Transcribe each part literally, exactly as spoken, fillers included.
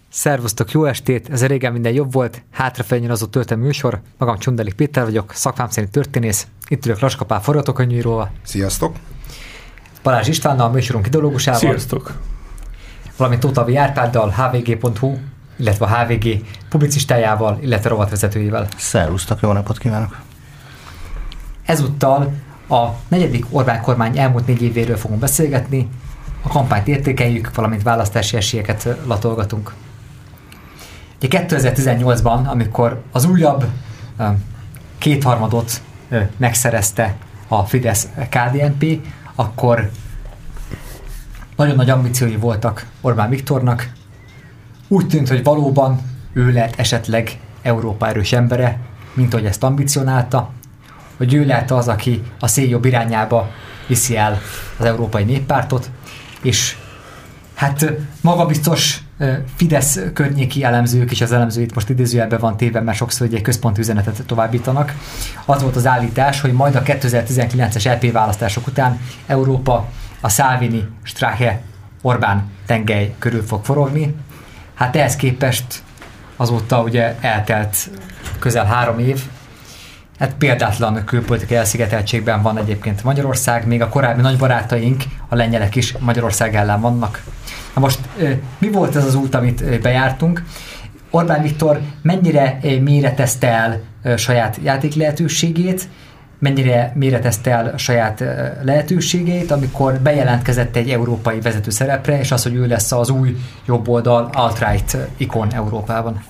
Szervusztok, jó estét! Ez a régen minden jobb volt, hátrafelé nyilazó történelmi műsor. Magam Csundelik Péter vagyok, szakmám szerint történész. Itt ülök Laska Pál forgatókönyvíróval. Sziasztok! Balázs Istvánnal, a műsorunk ideológusával. Sziasztok! Valamint Tótavi Árpáddal, há vé gé pont hú, illetve a há vé gé publicistájával, illetve rovatvezetőjével. Szervusztok, jó napot kívánok! Ezúttal a negyedik Orbán kormány elmúlt négy évéről fogunk beszélgetni, a kampányt értékeljük, valamint választási esélyeket latolgatunk. Ugye kétezer-tizennyolcban, amikor az újabb kétharmadot megszerezte a Fidesz-ká dé en pé, akkor nagyon nagy ambíciói voltak Orbán Viktornak. Úgy tűnt, hogy valóban ő lehet esetleg Európa erős embere, mint ahogy ezt ambicionálta, hogy ő lehet az, aki a széljobb irányába viszi el az Európai Néppártot, és hát magabiztos Fidesz környéki elemzők, és az elemzőit most idézőjelben van téve, mert sokszor egy központi üzenetet továbbítanak. Az volt az állítás, hogy majd a kétezer-tizenkilences é pé választások után Európa a Salvini, Strache, Orbán tengely körül fog forogni. Hát ehhez képest azóta ugye eltelt közel három év. Hát példátlan külpolitikai elszigeteltségben van egyébként Magyarország, még a korábbi nagy barátaink, a lengyelek is Magyarország ellen vannak. Na most mi volt ez az út, amit bejártunk? Orbán Viktor mennyire méretezte el saját játék lehetőségét, mennyire méretezte el saját lehetőségeit, amikor bejelentkezett egy európai vezető szerepre, és az, hogy ő lesz az új jobboldal alt-right ikon Európában?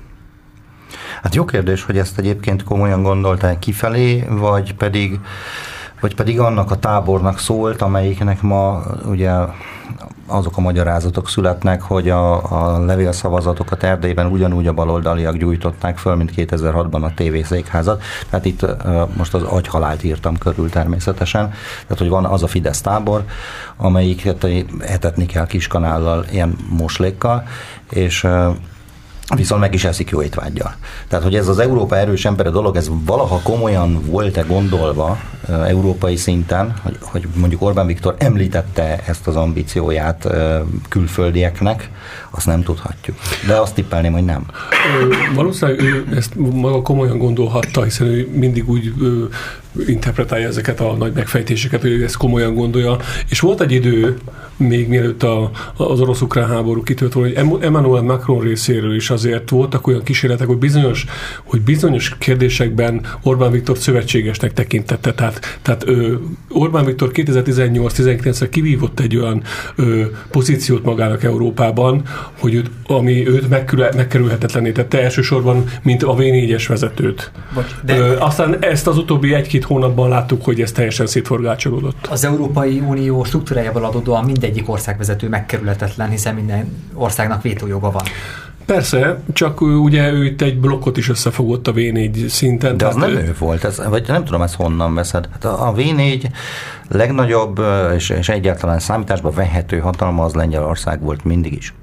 Hát jó kérdés, hogy ezt egyébként komolyan gondolták kifelé, vagy pedig, vagy pedig annak a tábornak szólt, amelyiknek ma ugye azok a magyarázatok születnek, hogy a, a levélszavazatokat Erdélyben ugyanúgy a baloldaliak gyújtották föl, mint kétezer-hatban a tévészékházat. Tehát itt uh, most az agyhalált írtam körül természetesen. Tehát, hogy van az a Fidesz tábor, amelyiket etetni kell kiskanállal, ilyen moslékkal, és uh, viszont meg is eszik jó étvággyal. Tehát, hogy ez az Európa erős embere dolog, ez valaha komolyan volt-e gondolva uh, európai szinten, hogy, hogy mondjuk Orbán Viktor említette ezt az ambícióját uh, külföldieknek, azt nem tudhatjuk. De azt tippelném, hogy nem. Ö, valószínűleg ő ezt maga komolyan gondolhatta, hiszen ő mindig úgy ö, interpretálja ezeket a nagy megfejtéseket, hogy ő ezt komolyan gondolja. És volt egy idő, még mielőtt a, az orosz-ukrán háború kitört volna, hogy Emmanuel Macron részéről is azért voltak olyan kísérletek, hogy bizonyos, hogy bizonyos kérdésekben Orbán Viktor szövetségesnek tekintette. Tehát, tehát ö, Orbán Viktor kétezer-tizennyolc-tizenkilencre kivívott egy olyan ö, pozíciót magának Európában, hogy őt, ami őt megkerülhetetlenné tette elsősorban, mint a vé négyes vezetőt. Bocs, de ö, aztán ezt az utóbbi egy-két hónapban láttuk, hogy ez teljesen szétforgácsolódott. Az Európai Unió struktúrájából adódóan mindegyik országvezető megkerülhetetlen, hiszen minden országnak vétójoga van. Persze, csak ugye ő itt egy blokkot is összefogott a vé négy szinten. De az nem ő, ő volt, ez, vagy nem tudom, ezt honnan veszed. Hát a vé négy legnagyobb és, és egyáltalán számításba vehető hatalma az Lengyelország volt mindig is.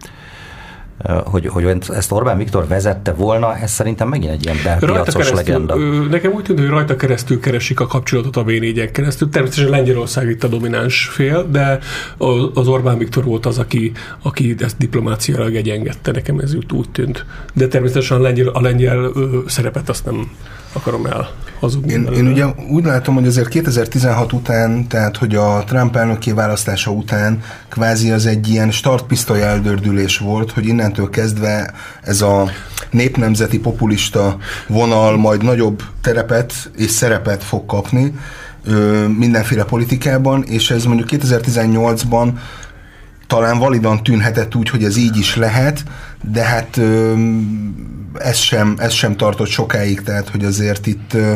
Hogy, hogy ezt Orbán Viktor vezette volna, ez szerintem megint egy ilyen belpiacos legenda. Nekem úgy tűnt, hogy rajta keresztül keresik a kapcsolatot a vé négyen keresztül. Természetesen Lengyelország itt a domináns fél, de az Orbán Viktor volt az, aki, aki ezt diplomáciailag egyengedte. Nekem ez úgy tűnt. De természetesen a lengyel, a lengyel szerepet azt nem akarom el hazudni. Én, én ugye úgy látom, hogy azért kétezer-tizenhat után, tehát hogy a Trump elnöki választása után kvázi az egy ilyen startpisztoly eldördülés volt, hogy innentől kezdve ez a népnemzeti populista vonal majd nagyobb terepet és szerepet fog kapni ö, mindenféle politikában, és ez mondjuk kétezer-tizennyolcban talán validan tűnhetett úgy, hogy ez így is lehet, de hát ö, ez, sem, ez sem tartott sokáig, tehát hogy azért itt ö,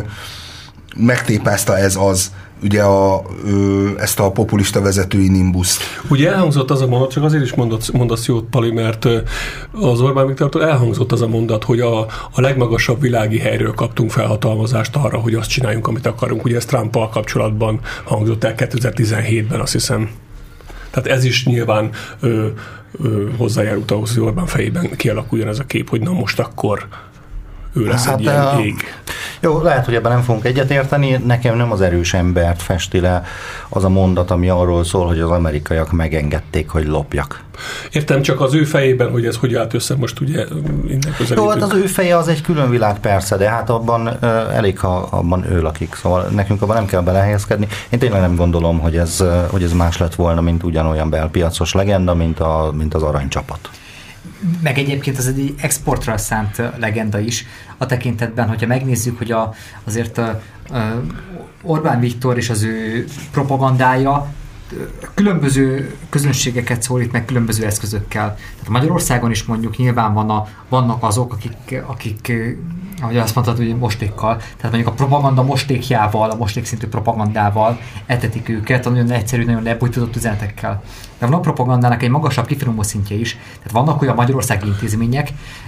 megtépázta ez az, ugye a, ö, ezt a populista vezetői nimbuszt. Ugye elhangzott az a mondat, csak azért is mondasz, mondasz jót, Pali, mert az Orbán Viktortól elhangzott az a mondat, hogy a, a legmagasabb világi helyről kaptunk felhatalmazást arra, hogy azt csináljunk, amit akarunk. Ugye ez Trumpal kapcsolatban hangzott el kétezer-tizenhétben, azt hiszem. Tehát ez is nyilván ö, ö, hozzájárult ahhoz, hogy Orbán fejében kialakuljon ez a kép, hogy na most akkor ő lesz hát egy ilyen ég. Jó, lehet, hogy ebben nem fogunk egyetérteni, nekem nem az erős embert festi le az a mondat, ami arról szól, hogy az amerikaiak megengedték, hogy lopjak. Értem, csak az ő fejében, hogy ez hogy állt össze most ugye innen közelítünk. Jó, hát az ő feje az egy külön világ persze, de hát abban uh, elég, ha abban ő lakik, szóval nekünk abban nem kell belehelyezkedni. Én tényleg nem gondolom, hogy ez, uh, hogy ez más lett volna, mint ugyanolyan belpiacos legenda, mint, a, mint az aranycsapat. Meg egyébként az egy exportra szánt legenda is, a tekintetben, hogyha megnézzük, hogy a, azért a, a Orbán Viktor és az ő propagandája különböző közönségeket szólít meg különböző eszközökkel. Tehát Magyarországon is mondjuk nyilván van a, vannak azok, akik, akik ahogy azt mondtad, hogy mostékkal, tehát mondjuk a propaganda mostékjával, a mostékszintű propagandával etetik őket, a nagyon egyszerű, nagyon lebújtatott üzenetekkel. De van a propagandának egy magasabb kifinomó szintje is, tehát vannak olyan magyarországi intézmények,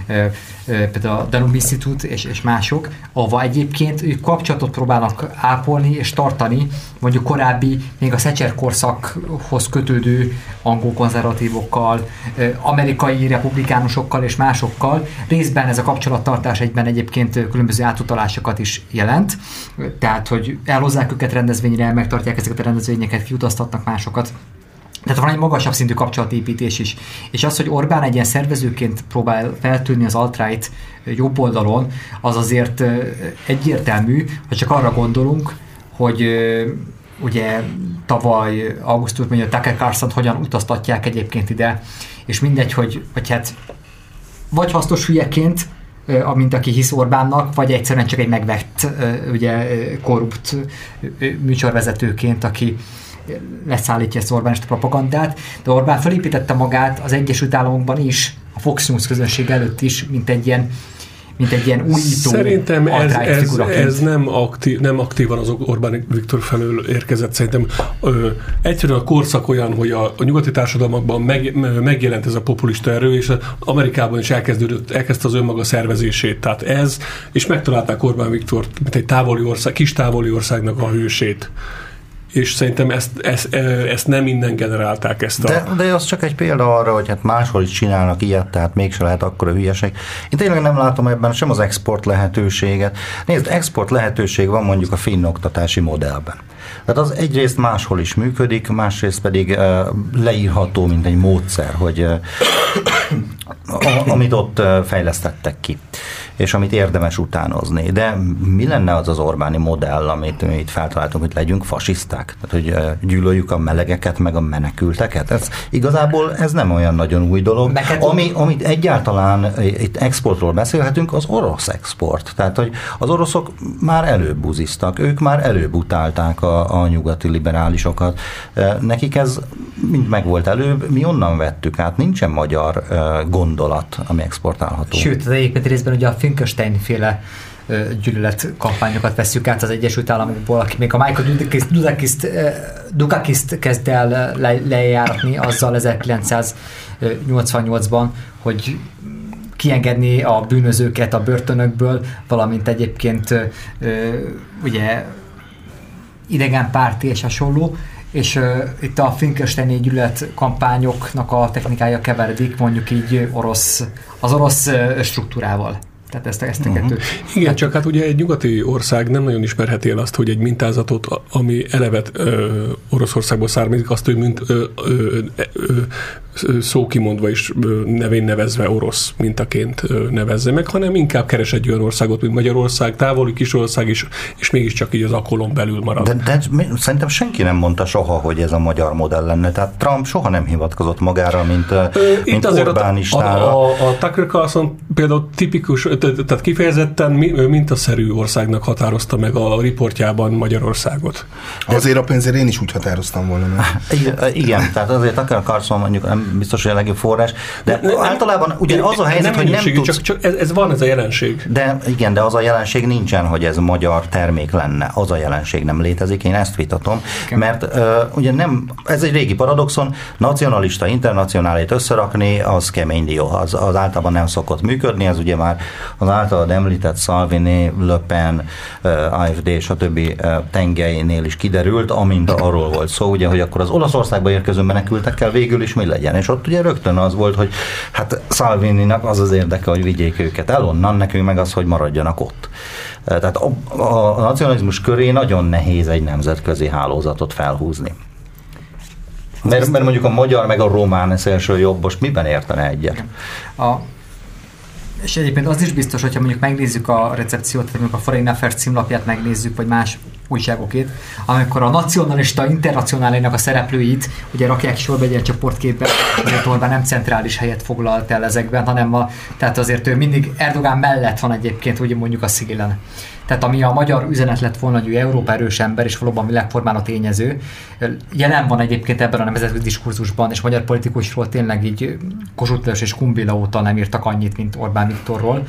például a Danube Institute és, és mások, ahova egyébként ők kapcsolatot próbálnak ápolni és tartani, mondjuk korábbi, még a Thatcher korszakhoz kötődő angol konzervatívokkal, amerikai republikánusokkal és másokkal. Részben ez a kapcsolattartás egyben egyébként különböző átutalásokat is jelent, tehát hogy elhozzák őket rendezvényre, megtartják ezeket a rendezvényeket, kiutaztatnak másokat. Tehát van egy magasabb szintű kapcsolatépítés is. És az, hogy Orbán egy ilyen szervezőként próbál feltűnni az alt-right jobb oldalon, az azért egyértelmű, hogy csak arra gondolunk, hogy ugye tavaly augusztusban, hogy a Tucker Carlson hogyan utaztatják egyébként ide, és mindegy, hogy, hogy hát vagy hasznos hülyeként, amint aki hisz Orbánnak, vagy egyszerűen csak egy megvett, ugye korrupt műsorvezetőként, aki leszállítja ezt Orbán ezt a propagandát, de Orbán felépítette magát az Egyesült Államokban is, a Fox News közönség előtt is, mint egy ilyen, mint egy ilyen újító. Szerintem ez, ez, ez nem, aktív, nem aktívan az Orbán Viktor felől érkezett. Szerintem ö, egyszerűen a korszak olyan, hogy a, a nyugati társadalmakban meg, megjelent ez a populista erő, és Amerikában is elkezdődött, elkezdte az önmaga szervezését. Tehát ez, és megtalálták Orbán Viktort, mint egy távoli ország, kis távoli országnak a hősét. És szerintem ezt, ezt, ezt nem innen generálták ezt a... De, de az csak egy példa arra, hogy hát máshol is csinálnak ilyet, tehát mégse lehet akkora hülyeség. Én tényleg nem látom ebben sem az export lehetőséget. Nézd, export lehetőség van mondjuk a finn oktatási modellben. Tehát az egyrészt máshol is működik, másrészt pedig uh, leírható, mint egy módszer, hogy uh, a, amit ott uh, fejlesztettek ki, és amit érdemes utánozni. De mi lenne az az Orbáni modell, amit mi itt feltaláltunk, hogy legyünk fasiszták? Tehát, hogy uh, gyűlöljük a melegeket, meg a menekülteket? Ez, igazából ez nem olyan nagyon új dolog. Ami, amit egyáltalán itt exportról beszélhetünk, az orosz export. Tehát, hogy az oroszok már előbb buziztak, ők már előbb utálták a, a nyugati liberálisokat. Nekik ez mind megvolt előbb, mi onnan vettük át, nincsen magyar gondolat, ami exportálható. Sőt, az egyébként részben ugye a Finkelstein-féle gyűlöletkampányokat vesszük át az Egyesült Államokból, aki még a Michael Dukakist, Dukakist kezd el le, lejáratni azzal ezerkilencszáznyolcvannyolcban, hogy kiengedni a bűnözőket a börtönökből, valamint egyébként ugye idegenpárti és hasonló, és uh, itt a Finkelsteini gyűlölet kampányoknak a technikája keveredik mondjuk így orosz, az orosz uh, struktúrával. Tehát ezt, ezt a uh-huh. kettőt. Igen, csak hát ugye egy nyugati ország nem nagyon ismerheti el azt, hogy egy mintázatot, ami elevet ö, Oroszországból származik, azt ő mint ö, ö, ö, szókimondva is nevén nevezve orosz mintaként nevezze meg, hanem inkább keres egy olyan országot, mint Magyarország, távoli kisország is, és mégiscsak így az akkolon belül marad. De, de szerintem senki nem mondta soha, hogy ez a magyar modell lenne. Tehát Trump soha nem hivatkozott magára, mint, Ö, mint Orbánistára. A, a, a Tucker Carlson például tipikus, tehát kifejezetten mintaszerű országnak határozta meg a riportjában Magyarországot. Azért a pénzért én is úgy határoztam volna meg. Igen, tehát azért Tucker Carlson mondjuk nem biztos, hogy a legjobb forrás, de nem, általában ugye az a helyzet, nem hogy nem tudsz... Csak, csak ez, ez van, ez a jelenség. De igen, de az a jelenség nincsen, hogy ez magyar termék lenne. Az a jelenség nem létezik, én ezt vitatom, mert uh, ugye nem, ez egy régi paradoxon, nacionalista, internacionálét összerakni, az kemény dió, az, az általában nem szokott működni, ez ugye már az általad említett Salvini, Le Pen, á ef dé, stb. Tengelynél is kiderült, amint arról volt szó, ugye, hogy akkor az Olaszországba érkező menekültekkel végül is mi legyen. És ott ugye rögtön az volt, hogy hát Salvininak az az érdeke, hogy vigyék őket el onnan, nekünk meg az, hogy maradjanak ott. Tehát a, a, a nacionalizmus köré nagyon nehéz egy nemzetközi hálózatot felhúzni. Mert, mert mondjuk a magyar meg a román szélső jobbos miben értene egyet? A, és egyébként az is biztos, hogyha mondjuk megnézzük a recepciót, vagy mondjuk a Foreign Affairs címlapját megnézzük, vagy más újságokét, amikor a nacionalista internacionálének a szereplőit ugye rakják sorba egy ilyen csoportképben, azért Orbán nem centrális helyet foglalt el ezekben, hanem a, tehát azért ő mindig Erdogán mellett van egyébként, ugye mondjuk a szélen. Tehát ami a magyar üzenet lett volna, hogy ő Európa erős ember, és valóban világformáló tényező, jelen van egyébként ebben a nemzetközi diskurzusban, és magyar politikusról tényleg így Kossuth Lajos és Kumbila óta nem írtak annyit, mint Orbán Viktorról.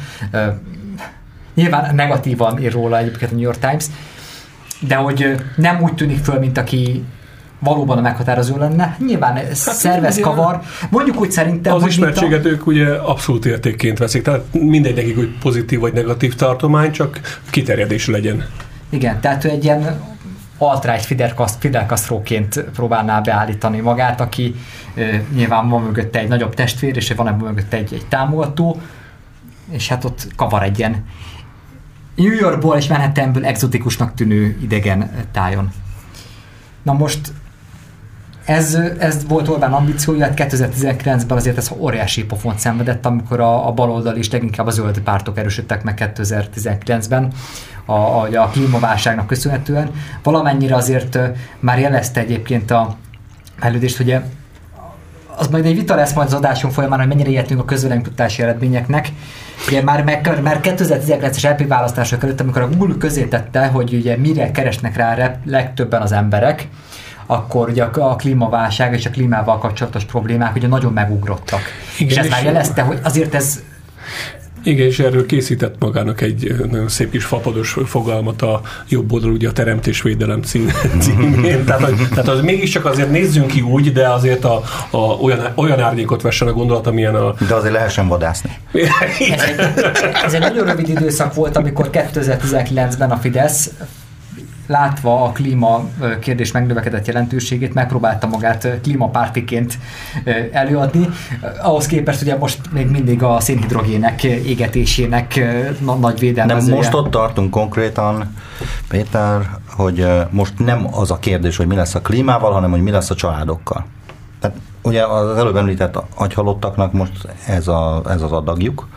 Nyilván negatívan ír róla egyébként a New York Times, de hogy nem úgy tűnik föl, mint aki valóban a meghatározó lenne. Nyilván hát szervez kavar. Mondjuk úgy szerintem... Az ismertséget a... ők ugye abszolút értékként veszik. Tehát mindegy nekik, hogy pozitív vagy negatív tartomány, csak kiterjedés legyen. Igen, tehát ő egy ilyen alt-right Fidel Castro-ként próbálná beállítani magát, aki e, nyilván van mögötte egy nagyobb testvér, és van ebben mögötte egy, egy támogató, és hát ott kavar egy ilyen New Yorkból és Manhattanből egzotikusnak tűnő idegen tájon. Na most ez, ez volt Orbán ambíciója, hát kétezer-tizenkilencben azért ez óriási pofont szenvedett, amikor a, a baloldal is leginkább a zöld pártok erősödtek meg kétezer-tizenkilencben a, a, a klímaválságnak köszönhetően. Valamennyire azért már jelezte egyébként a fejlődést, ugye az majd egy vita lesz majd az adásunk folyamán, hogy mennyire ijedtünk a közvéleménykutatási eredményeknek. Ugye már, meg, már kétezer-tizenkilences é pé választások előtt, amikor a Google közé tette, hogy ugye mire keresnek rá legtöbben az emberek, akkor ugye a klímaválság és a klímával kapcsolatos problémák ugye nagyon megugrottak. Igen, és ez és már jelezte, hogy azért ez... Igen, és erről készített magának egy nagyon szép kis fapados fogalmat a jobb oldal, ugye a teremtésvédelem címén. tehát, hogy, tehát az mégiscsak azért nézzünk ki úgy, de azért a, a, olyan, olyan árnyékot vessen a gondolat, amilyen a... De azért lehessen vadászni. ez, egy, ez egy nagyon rövid időszak volt, amikor kétezer-tizenkilencben a Fidesz látva a klíma kérdés megnövekedett jelentőségét, megpróbálta magát klímapártiként előadni. Ahhoz képest ugye most még mindig a szénhidrogének égetésének nagy védelmezője. Nem, most ott tartunk konkrétan, Péter, hogy most nem az a kérdés, hogy mi lesz a klímával, hanem hogy mi lesz a családokkal. Tehát ugye az előbb említett agyhalottaknak most ez, a, ez az adagjuk,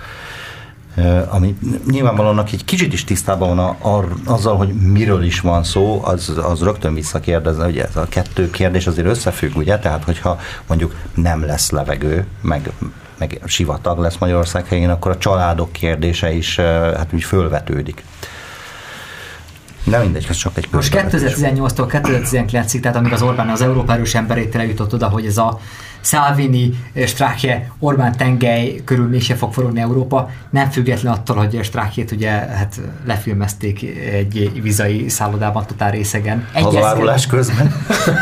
ami nyilvánvalóan egy kicsit is tisztában van a, a, azzal, hogy miről is van szó, az, az rögtön visszakérdezne, ugye ez a kettő kérdés azért összefügg, ugye, tehát hogyha mondjuk nem lesz levegő, meg, meg sivatag lesz Magyarország helyén, akkor a családok kérdése is hát úgy fölvetődik. Nem mindegy, ez csak egy most kétezer-tizennyolctól kétezer-tizenkilencig, tehát amíg az Orbán az Európa erős emberétől eljutott oda, hogy ez a Salvini, Strache, Orbán tengely körül mégse fog forogni Európa, nem független attól, hogy Strachét ugye hát lefilmezték egy vizai szállodában totál részegen. Hazavárulás közben.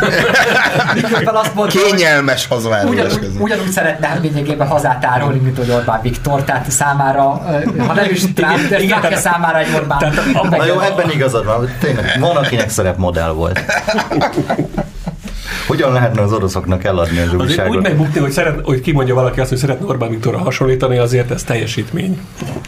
azt mondta, kényelmes hazavárulás közben. Ugyanúgy szeretne lényegében hazát árulni, mint hogy Orbán Viktor, tehát számára, ha nem is Trump, de Strache számára egy Orbán. Na jó, ebben igazad van, tényleg van, akinek szerepmodell volt. Hogyan lehetne az oroszoknak eladni az újságot? Úgy megbukni, hogy, szeret, hogy kimondja valaki azt, hogy szeretne Orbán Viktorra hasonlítani, azért ez teljesítmény.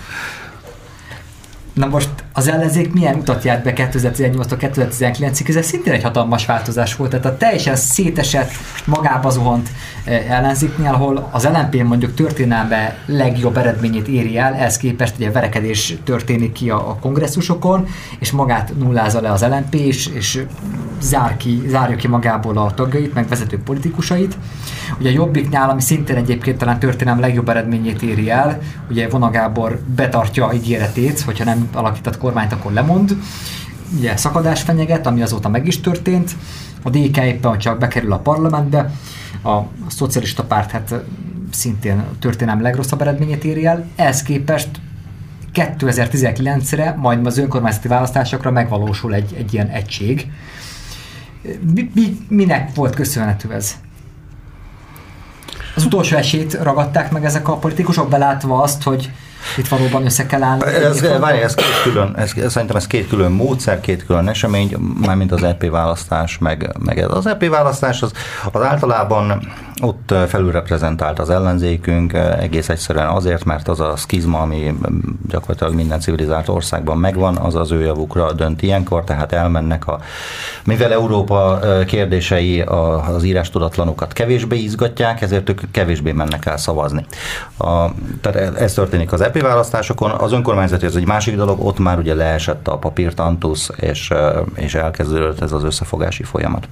Na most az ellenzék milyen utat járt be kétezer-tizennyolctól kétezer-tizenkilencig? Ez szintén egy hatalmas változás volt. Tehát a teljesen szétesett, magába zuhant ellenzéknél, ahol az el en pé mondjuk történelme legjobb eredményét éri el, ehhez képest ugye verekedés történik ki a, a kongresszusokon, és magát nullázza le az el en pé, és, és zár ki, zárja ki magából a tagjait, meg vezető politikusait. Ugye a Jobbiknál, ami szintén egyébként talán történelem legjobb eredményét éri el, ugye Vona Gábor betartja ígéretét, hogyha nem alakított kormányt, akkor lemond. Ugye szakadás fenyeget, ami azóta meg is történt. A dé ká éppen csak bekerül a parlamentbe. A szocialista párt hát szintén történelem legrosszabb eredményét éri el. Ehhez képest kétezer-tizenkilencre, majd az önkormányzati választásokra megvalósul egy, egy ilyen egység. Mi, mi, minek volt köszönhető ez? Az utolsó esélyt ragadták meg ezek a politikusok, belátva azt, hogy itt valóban össze kell állni? Ez, várj, ez két külön, ez, szerintem ez két külön módszer, két külön esemény, mármint az é pé választás, meg, meg ez. Az é pé választás az, az általában ott felülreprezentált az ellenzékünk, egész egyszerűen azért, mert az a szkizma, ami gyakorlatilag minden civilizált országban megvan, az az ő javukra dönt ilyenkor, tehát elmennek a, mivel Európa kérdései az írástudatlanokat kevésbé izgatják, ezért ők kevésbé mennek el szavazni. A, tehát ez történik az é pé választásokon, az önkormányzati az egy másik dolog, ott már ugye leesett a papírtantusz, és, és elkezdődött ez az összefogási folyamat.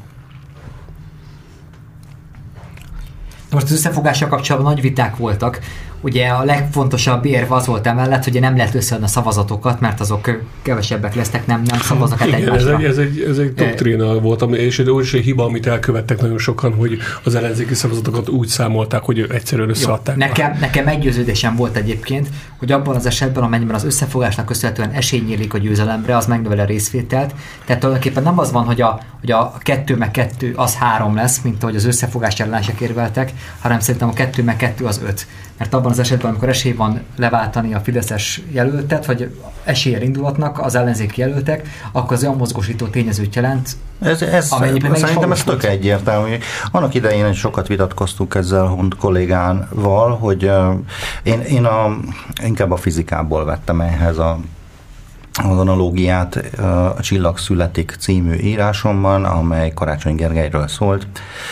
Most az összefogással kapcsolatban nagy viták voltak. Ugye a legfontosabb érv az volt emellett, hogy nem lehet összeadni a szavazatokat, mert azok kevesebbek lesznek, nem, nem szavaznak át egymásra. Ez egy, ez egy, ez egy doktrína volt, és egy óriási hiba, amit elkövettek nagyon sokan, hogy az ellenzéki szavazatokat úgy számolták, hogy egyszerűen összeadták. Nekem, nekem meggyőződésem volt egyébként, hogy abban az esetben, amennyiben az összefogásnak köszönhetően esély nyílik a győzelemre, az megnöveli a részvételt. Tehát tulajdonképpen nem az van, hogy a, hogy a kettő meg kettő az három lesz, mint ahogy az összefogás ellenesek érveltek, hanem szerintem a kettő meg kettő az öt. Mert abban az esetben, amikor esély van leváltani a fideszes jelöltet, vagy eséllyel indulatnak az ellenzéki jelöltek, akkor az olyan mozgósító tényezőt jelent, Ez, ez, szerintem ez tök egyértelmű. Annak idején sokat vitatkoztunk ezzel a kollégával, hogy uh, én, én a, inkább a fizikából vettem ehhez a az analógiát a Csillag születik című írásomban, amely Karácsony Gergelyről szólt.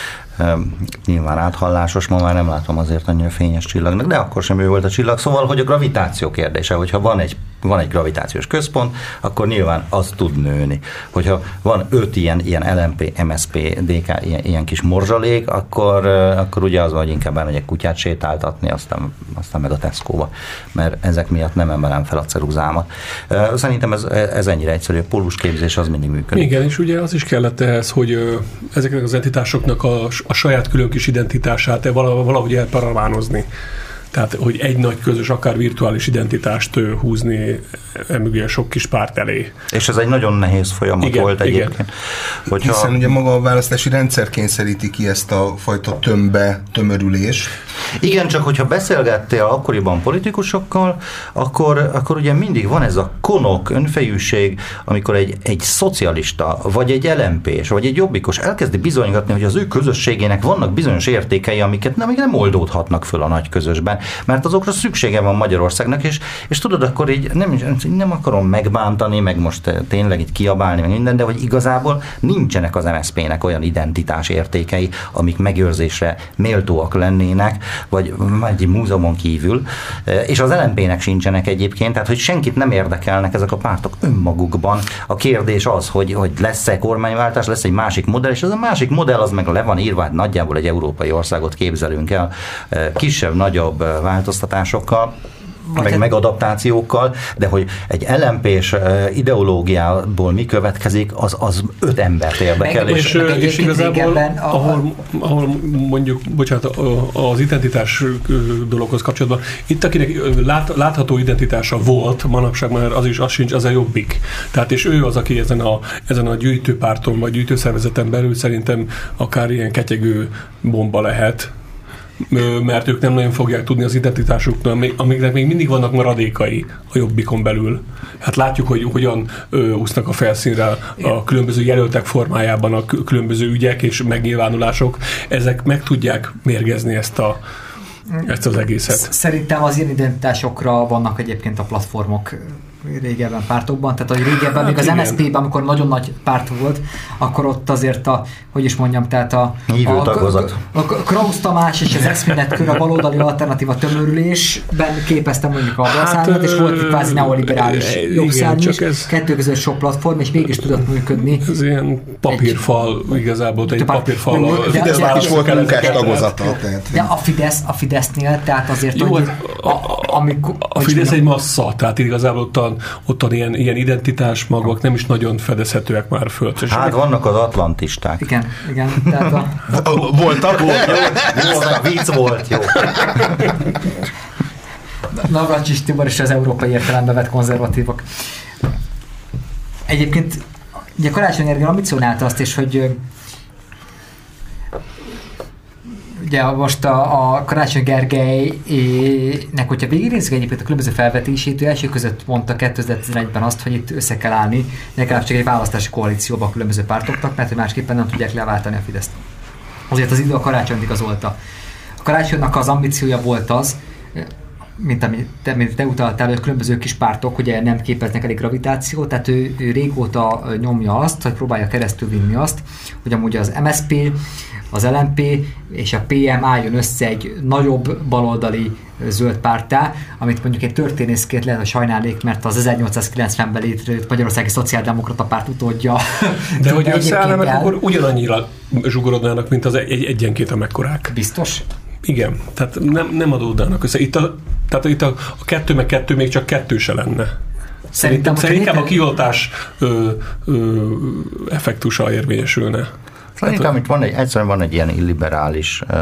Nyilván áthallásos, ma már nem látom azért annyira fényes csillagnak, de akkor sem ő volt a csillag. Szóval, hogy a gravitáció kérdése, hogyha van egy, van egy gravitációs központ, akkor nyilván az tud nőni. Hogyha van öt ilyen, ilyen el em pé, em es zé pé, dé ká, ilyen, ilyen kis morzsalék, akkor, akkor ugye az, hogy inkább elmegyek kutyát sétáltatni, aztán, aztán meg a Tesco-ba, mert ezek miatt nem emelem fel a ceruzámat. Szerintem ez, ez ennyire egyszerű, a pólusképzés az mindig működik. Igen, és ugye az is kellett ehhez, hogy ezeknek az entitásoknak a a saját külön kis identitását valahogy elparavánozni. Tehát, hogy egy nagy közös, akár virtuális identitást húzni emögé a sok kis párt elé. És ez egy nagyon nehéz folyamat igen, volt egyébként. Hogyha... Hiszen ugye maga a választási rendszer kényszeríti ki ezt a fajta tömbbe tömörülés. Igen, csak hogyha beszélgettél akkoriban politikusokkal, akkor, akkor ugye mindig van ez a konok, önfejűség, amikor egy, egy szocialista, vagy egy el em pés, vagy egy jobbikos elkezdi bizonygatni, hogy az ő közösségének vannak bizonyos értékei, amiket nem, nem oldódhatnak föl a nagy közösben. Mert azokra szüksége van Magyarországnak, és, és tudod, akkor így nem, nem akarom megbántani, meg most tényleg itt kiabálni, meg minden, de hogy igazából nincsenek az em es zé pének olyan identitás értékei, amik megőrzésre méltóak lennének, vagy egy múzeumon kívül, és az el em pének sincsenek egyébként, tehát hogy senkit nem érdekelnek ezek a pártok önmagukban. A kérdés az, hogy, hogy lesz-e kormányváltás, lesz egy másik modell, és ez a másik modell az meg le van írva, hát nagyjából egy európai országot képzelünk el, kisebb, nagyobb változtatásokkal, meg megadaptációkkal, de hogy egy el em pés ideológiából mi következik, az, az öt embert érdekel. Meg, és, és, és igazából, a... ahol, ahol mondjuk, bocsánat, az identitás dologhoz kapcsolatban, itt akinek lát, látható identitása volt, manapság már az is, az sincs, az a Jobbik. Tehát és ő az, aki ezen a, ezen a gyűjtőpárton, vagy gyűjtőszervezeten belül szerintem akár ilyen ketyegő bomba lehet, mert ők nem nagyon fogják tudni az identitásuknak, amiknek még mindig vannak maradékai a Jobbikon belül. Hát látjuk, hogy hogyan ö, úsznak a felszínre a különböző jelöltek formájában a különböző ügyek és megnyilvánulások. Ezek meg tudják mérgezni ezt, a, ezt az egészet. Szerintem az ilyen identitásokra vannak egyébként a platformok régebben pártokban, tehát hogy régebben hát még az em es zé pében, amikor nagyon nagy párt volt, akkor ott azért a, hogy is mondjam, tehát a, a, a, a Krausz Tamás és az eszmélet kör a baloldali alternatíva tömörülésben képeztem mondjuk a balszárnyat, hát, és volt egy kvázi neoliberális jobbszárny is, ez... kettő között sok platform, és mégis tudott működni. Ez ilyen papírfal, egy, igazából, egy papírfal. A Fidesznek is volt munkás tagozata. De a Fidesz, a Fidesznél, tehát azért, jó, hogy a, a, amikor, a Fidesz egy massza, tehát igazából ottan, ottan ilyen, ilyen identitás magak nem is nagyon fedezhetőek már föl. Hát vannak az atlantisták. Igen, igen. Tehát a... Voltak? Voltak, vicc volt, jó. Navracsics Tibor és az európai értelembe vett konzervatívok. Egyébként ugye Karácsony Gergely ambicionálta azt is, hogy ugye most a, a Karácsony Gergelynek, hogyha végignézzük egyébként a különböző felvetését, ő első között mondta kétezer-tizenegyben azt, hogy itt össze kell állni, legalább csak egy választási koalícióba a különböző pártoknak, mert hogy másképpen nem tudják leváltani a Fideszt. Azért az idő a Karácsonyt igazolta. A Karácsonynak az ambíciója volt az, mint amit te, mint te utaltál, hogy különböző kis pártok ugye nem képeznek elég gravitációt, tehát ő, ő régóta nyomja azt, hogy próbálja keresztül vinni azt, hogy amúgy az em es zé pé, az el em pé és a pé em álljon össze egy nagyobb baloldali zöld párttá, amit mondjuk egy történészként lehet, hogy sajnálék, mert az ezernyolcszázkilencvenben létrejött Magyarországi Szociáldemokrata Párt utódja. De hogy összeállnának, akkor ugyanannyira zsugorodnának, mint az egy, egyenként amekkorák. Biztos? Igen, tehát nem, nem adódnának össze. Itt a, tehát itt a, a kettő meg kettő még csak kettő se lenne. Szerintem, Szerintem inkább a kioltás ö, ö, effektusa érvényesülne. Szerintem itt van egy, egyszerűen van egy ilyen illiberális uh,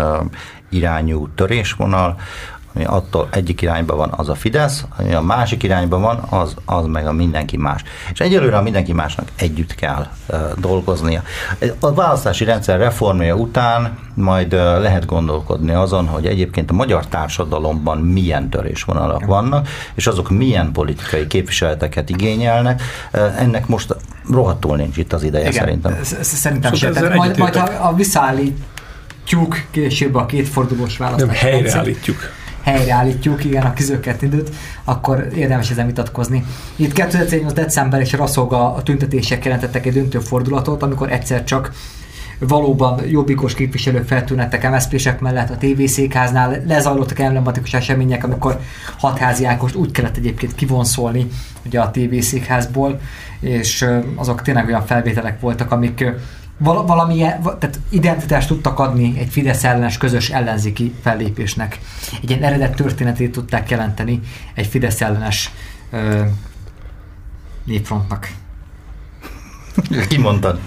irányú törésvonal, ami attól egyik irányban van az a Fidesz, ami a másik irányban van, az, az meg a mindenki más. És egyelőre a mindenki másnak együtt kell uh, dolgoznia. A választási rendszer reformja után majd uh, lehet gondolkodni azon, hogy egyébként a magyar társadalomban milyen törésvonalak vannak, és azok milyen politikai képviseleteket igényelnek. Uh, ennek most rohadtul nincs itt az ideje. Igen, szerintem. Szerintem sem. Majd, majd ha, ha visszaállítjuk később a kétfordulós választást. Nem, helyreállítjuk. helyreállítjuk, igen, a kizökkent időt, akkor érdemes ezen vitatkozni. Itt kétezer-tizennyolc december és Raszolga a tüntetések jelentettek egy döntő fordulatot, amikor egyszer csak valóban jobbikos képviselők feltűnettek em es zé pések mellett a té vé székháznál, lezajlottak emblematikus események, amikor Hatházi Ágost úgy kellett egyébként kivonszolni ugye a té vé székházból, és azok tényleg olyan felvételek voltak, amik Val- valamilyen, tehát identitást tudtak adni egy Fidesz ellenes közös ellenzéki fellépésnek. Egy ilyen eredet történetét tudták jelenteni egy Fidesz ellenes ö, népfrontnak. Ki mondtad?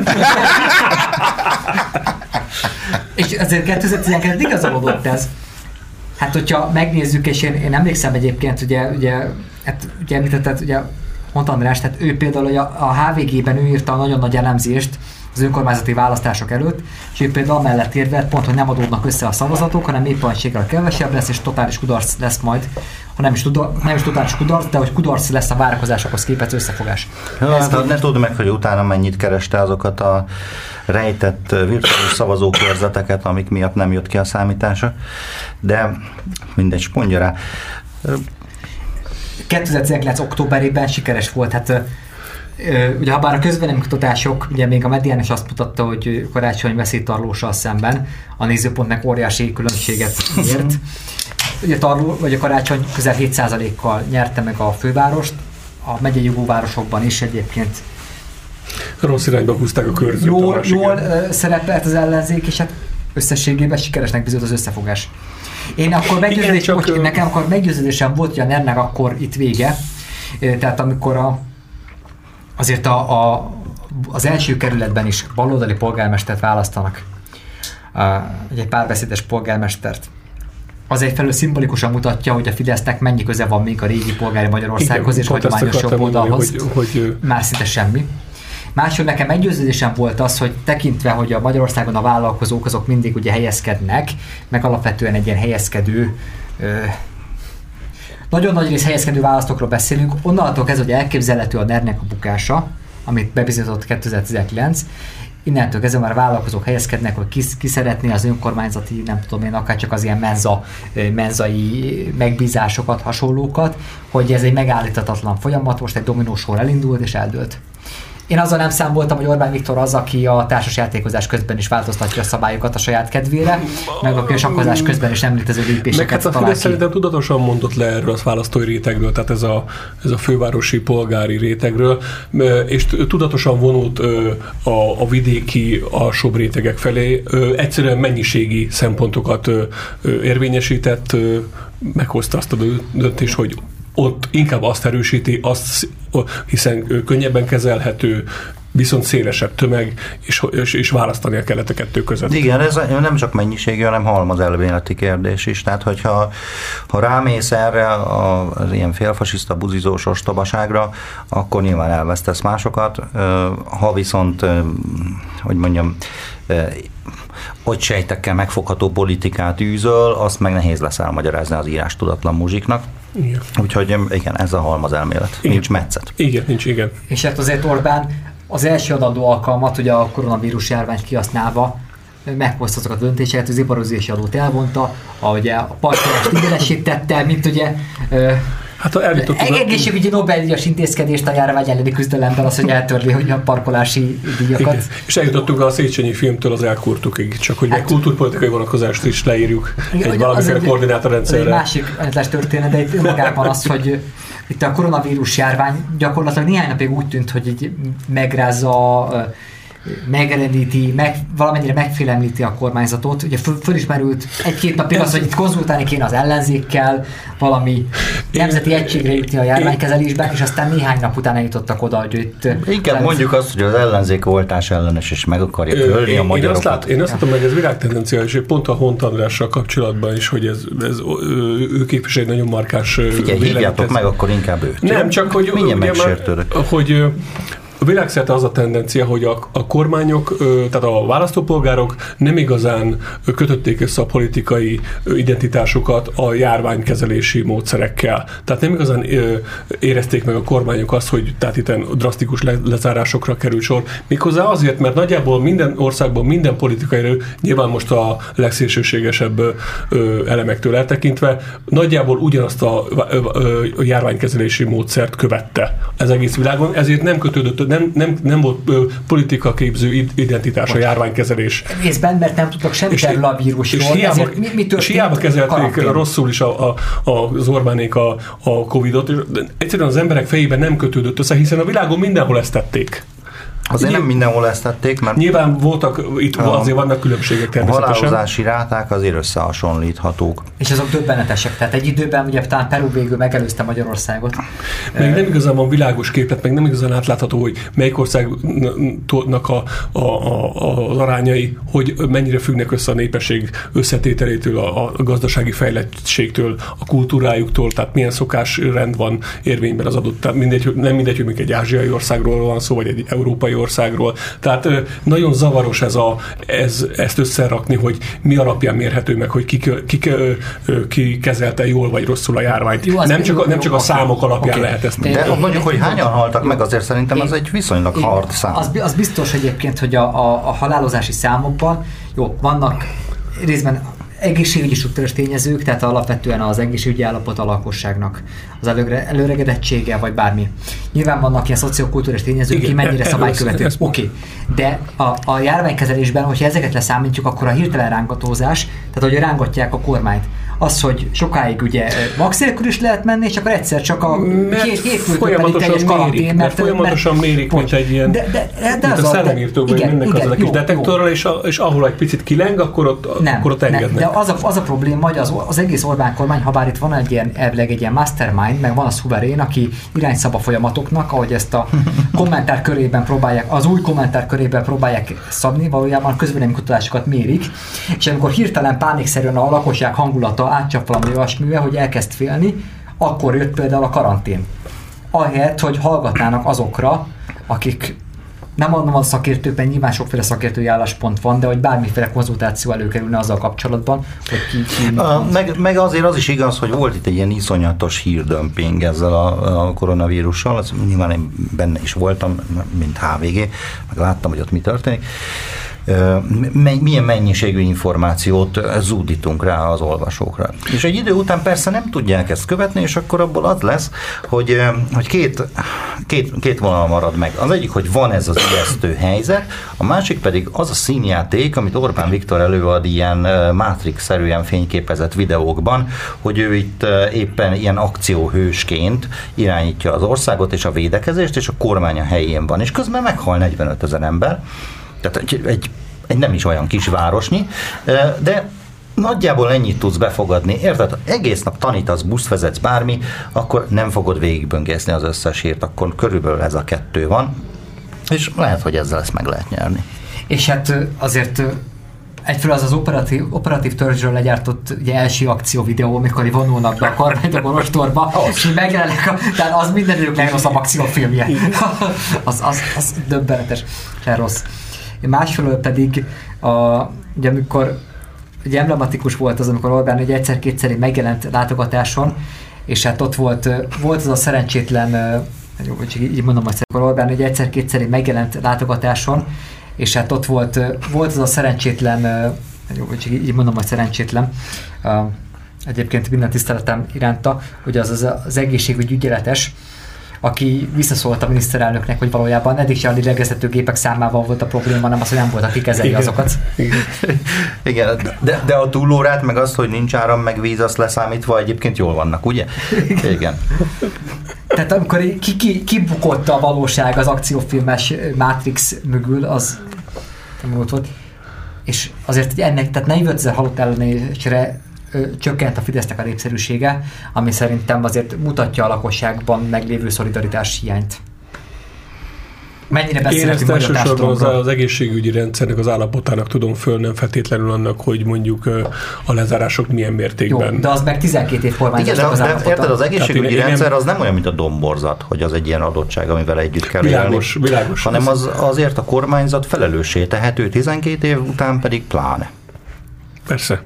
És azért kétezer-tizenkettőben igazolódott ez. Hát, hogyha megnézzük, és én, én emlékszem egyébként, ugye, ugye, hát, ugye említetted, ugye Hont András, tehát ő például ugye a há vé gében ő írta a nagyon nagy elemzést az önkormányzati választások előtt, és ő például amellett érvelt, pont, hogy nem adódnak össze a szavazatok, hanem éppenséggel kevesebb lesz, és totális kudarc lesz majd, ha nem is, tuda, nem is totális kudarc, de hogy kudarc lesz a várakozásokhoz képest összefogás. Ja, hát, ne tudd meg, hogy utána mennyit kereste azokat a rejtett virtuális szavazókörzeteket, amik miatt nem jött ki a számítása, de mindegy, mondja rá. kétezer-tizenkilenc októberében sikeres volt, hát ugye habár a közvéleménykutatások, ugye még a Medián is azt mutatta, hogy Karácsony veszít Tarlóssal szemben, a nézőpontnak óriási különbséget ért. Ugye Tarló, vagy a Karácsony közel hét százalékkal nyerte meg a fővárost, a megyei jogóvárosokban is egyébként rossz irányba húzták a körzőt. Jól, jól szerepelt az ellenzék, és hát összességében sikeresnek bizony az összefogás. Én akkor meggyőződés, Igen, csak... nekem akkor meggyőződésem volt, hogy a NER-nek akkor itt vége, tehát amikor a azért a, a, az első kerületben is baloldali polgármestert választanak, egy párbeszédes polgármestert. Az egyfelől szimbolikusan mutatja, hogy a Fidesznek mennyi köze van még a régi polgári Magyarországhoz és hagyományos jobb oldalhoz. Hogy, hogy... Már szinte semmi. Másról nekem meggyőződésem volt az, hogy tekintve, hogy a Magyarországon a vállalkozók azok mindig ugye helyezkednek, meg alapvetően egy ilyen helyezkedő ö, nagyon nagy rész helyezkedő választókról beszélünk, onnantól kezdve, hogy elképzelhető a NER-nek a bukása, amit bebizonyított kétezer-tizenkilenc, innentől kezdve már a vállalkozók helyezkednek, hogy ki, ki szeretné az önkormányzati, nem tudom én, akár csak az ilyen menza, menzai megbízásokat, hasonlókat, hogy ez egy megállíthatatlan folyamat, most egy dominósor elindult és eldőlt. Én azzal nem számoltam, hogy Orbán Viktor az, aki a társasjátékozás közben is változtatja a szabályokat a saját kedvére, meg a sakkozás közben is említező lépéseket talál ki. Hát a szerintem tudatosan mondott le erről a választói rétegről, tehát ez a, ez a fővárosi polgári rétegről, és tudatosan vonult a, a vidéki, alsóbb rétegek felé, egyszerűen mennyiségi szempontokat érvényesített, meghozta azt a döntést, hogy ott inkább azt erősíti, azt, hiszen könnyebben kezelhető, viszont szélesebb tömeg, és, és, és választania kellett a kettő között. Igen, ez nem csak mennyiségi, hanem halmaz elméleti kérdés is. Tehát, hogyha ha rámész erre az ilyen félfasiszta, buzizós ostobaságra, akkor nyilván elvesztesz másokat. Ha viszont, hogy mondjam, hogy sejtekkel megfogható politikát űzöl, azt meg nehéz lesz elmagyarázni az írás tudatlan muzsiknak. Igen. Úgyhogy igen, ez a halmaz elmélet. Igen. Nincs metszet. Igen, nincs, igen. És hát azért Orbán az első adandó alkalmat, ugye a koronavírus járványt kihasználva meghozta azokat a döntéseket, az iparozési adót elvonta, ahogy a parkolást hitelesítette, mint ugye hát elvitottuk. Egészségügyi Nobel-díjas intézkedést a járvány elleni küzdelemben az, hogy eltörli hogy a parkolási díjakat. Igen. És eljutottunk a Széchenyi filmtől az elkurtukig, csak hogy hát, egy kultúrpolitikai vonatkozást is leírjuk egy valamiféle koordinátorrendszerre. Egy másik történet, de itt önmagában az, hogy itt a koronavírus járvány gyakorlatilag néhány napig úgy tűnt, hogy így megrázza, megrendíti, meg, valamennyire megfélemlíti a kormányzatot. Ugye föl, fölismerült egy-két napig az, hogy itt konzultálni kéne az ellenzékkel, valami nemzeti egységre jutni a járványkezelésben, és aztán néhány nap után eljutottak oda, hogy itt... Inkább mondjuk azt, hogy az ellenzék oltás ellenes, és meg akarja ölni a magyarokat. Én azt, lát, én azt látom meg, ez világtendencia, és pont a Hont Andrással kapcsolatban is, hogy ez, ez ő képvisel egy nagyon markáns Figyelj, hívjátok meg akkor inkább őt. Nem, csak hogy... Milyen megsértődök. Hogy a világszerte az a tendencia, hogy a, a kormányok, tehát a választópolgárok nem igazán kötötték össze a politikai identitásukat a járványkezelési módszerekkel. Tehát nem igazán érezték meg a kormányok azt, hogy tehát itt drasztikus le, lezárásokra kerül sor. Méghozzá azért, mert nagyjából minden országban minden politikai erő, nyilván most a legszélsőségesebb elemektől eltekintve, nagyjából ugyanazt a, a, a járványkezelési módszert követte az egész világon, ezért nem kötődött, Nem, nem, nem volt ö, politikaképző identitás a járványkezelés. Részben, mert nem tudtak semmit erről a vírusról. És hiába, mi, mi és hiába kezelték karantén. Rosszul is a, a, a, az Orbánék a, a Covidot. Egyszerűen az emberek fejében nem kötődött össze, hiszen a világon mindenhol ezt tették. Azért nem mindenhol ezt tették, mert... Nyilván voltak, itt a, azért vannak különbségek természetesen. A halálozási ráták azért összehasonlíthatók. És azok döbbenetesek. Tehát egy időben ugye talán Peru végül megelőzte Magyarországot. Meg nem igazán van világos képlet, meg nem igazán átlátható, hogy melyik országnak a, a, a, az arányai, hogy mennyire függnek össze a népesség összetételétől, a, a gazdasági fejlettségtől, a kultúrájuktól, tehát milyen szokásrend van érvényben az adott. Tehát mindegy, nem mindegy, hogy egy ázsiai országról van szó, vagy egy európai országról. Tehát nagyon zavaros ez a, ez, ezt összerakni, hogy mi alapján mérhető meg, hogy ki, ki, ki, ki kezelte jól vagy rosszul a járványt. Jó, nem csak, a, nem csak a számok alapján okay. lehet ezt. De én, mondjuk, hogy hányan haltak meg, azért szerintem én, az egy viszonylag én, hard szám. Az, az biztos egyébként, hogy a, a, a halálozási számokban jó, vannak részben egészségügyi struktúrás tényezők, tehát alapvetően az egészségügyi állapot a lakosságnak, az előre, előregedettsége, vagy bármi. Nyilván vannak ilyen szociokultúrás tényezők, igen, ki mennyire szabálykövető. Oké, okay. De a, a járványkezelésben, hogyha ezeket leszámítjuk, akkor a hirtelen rángatózás, tehát hogy rángatják a kormányt, az, hogy sokáig ugye max nélkül is lehet menni, és akkor egyszer csak a hétfőtől teljes karantén, mert folyamatosan mert, mérik, mint egy ilyen, de, de, de, de mint az a szellemírtóban, hogy mennek azzal a kis detektorral, és, a, és ahol egy picit kileng, akkor ott, nem, akkor ott engednek. Nem, de az a, az a probléma, hogy az, az egész Orbán kormány, ha bár itt van egy ilyen, elvileg egy ilyen mastermind, meg van a szuverén, aki irányszab a folyamatoknak, ahogy ezt a kommentár körében próbálják, az új kommentár körében próbálják szabni, valójában közvélemény kutatásokat mérik, és amikor hirtelen pánikszerűen a lakosság hangulata átcsap valami olyasmivel, hogy elkezd félni, akkor jött például a karantén. Ahelyett, hogy hallgatnának azokra, akik nem mondom a szakértők, mert nyilván sokféle szakértői álláspont van, de hogy bármiféle konzultáció előkerülne azzal kapcsolatban, hogy ki... ki a, meg, meg azért az is igaz, hogy volt itt egy ilyen iszonyatos hírdömping ezzel a, a koronavírussal, az nyilván én benne is voltam, mint há vé gé, meg láttam, hogy ott mi történik. Milyen mennyiségű információt zúdítunk rá az olvasókra. És egy idő után persze nem tudják ezt követni, és akkor abból az lesz, hogy, hogy két, két, két vonal marad meg. Az egyik, hogy van ez az ijesztő helyzet, a másik pedig az a színjáték, amit Orbán Viktor előad ilyen Matrix-szerűen fényképezett videókban, hogy ő itt éppen ilyen akcióhősként irányítja az országot és a védekezést, és a kormány a helyén van. És közben meghal negyvenötezer ember. Tehát egy, egy, egy nem is olyan kis városnyi, de nagyjából ennyit tudsz befogadni. Érted? Egész nap tanítasz, buszt vezetsz, bármi, akkor nem fogod végigböngészni az összes hírt, akkor körülbelül ez a kettő van, és lehet, hogy ezzel ezt meg lehet nyerni. És hát azért egyfelől az az operatív, operatív törzsről legyártott ugye, első akció videó, amikor vonulnak be a kormányt a borostorba, és megjelennek, a, tehát az mindenők legrosszabb akciófilmje. az, az, az döbbenetes, rossz. Másfelől pedig A, ugye amikor ugye emblematikus volt az, amikor Orbán egy egyszer-kétszeri megjelent látogatáson, és hát ott volt, volt az a szerencsétlen, jó, így mondom, hogy Orbán egy egyszer-kétszeri megjelent látogatáson, és hát ott volt, volt az a szerencsétlen, jó, így mondom, hogy szerencsétlen, egyébként minden tiszteletem iránta, hogy az az, az egészségügyi ügyeletes, aki visszaszólt a miniszterelnöknek, hogy valójában eddig sem a lélegeztető gépek számával volt a probléma, nem az, hogy nem volt, aki kezeli azokat. Igen, Igen de, de a túlórát, meg azt, hogy nincs áram, meg víz, azt leszámítva egyébként jól vannak, ugye? Igen. Igen. Tehát amikor ki, ki, kibukott a valóság az akciófilmes Matrix mögül, az nem volt. És azért ennek, tehát negyvenezer halott ellenésre csökkent a Fidesznek a népszerűsége, ami szerintem azért mutatja a lakosságban meglévő szolidaritás hiányt. Mennyire beszélhetünk magyar társadalomról? Én ezt elsősorban az, az egészségügyi rendszernek az állapotának tudom föl, nem feltétlenül annak, hogy mondjuk a lezárások milyen mértékben. Jó, de az meg tizenkét év kormányzásnak az állapota. Érted, az egészségügyi én, rendszer az nem olyan, mint a domborzat, hogy az egy ilyen adottság, amivel együtt kell világos, élni, világos, hanem az, azért a kormányzat felelőssé tehető, tizenkét év után pedig pláne. Persze.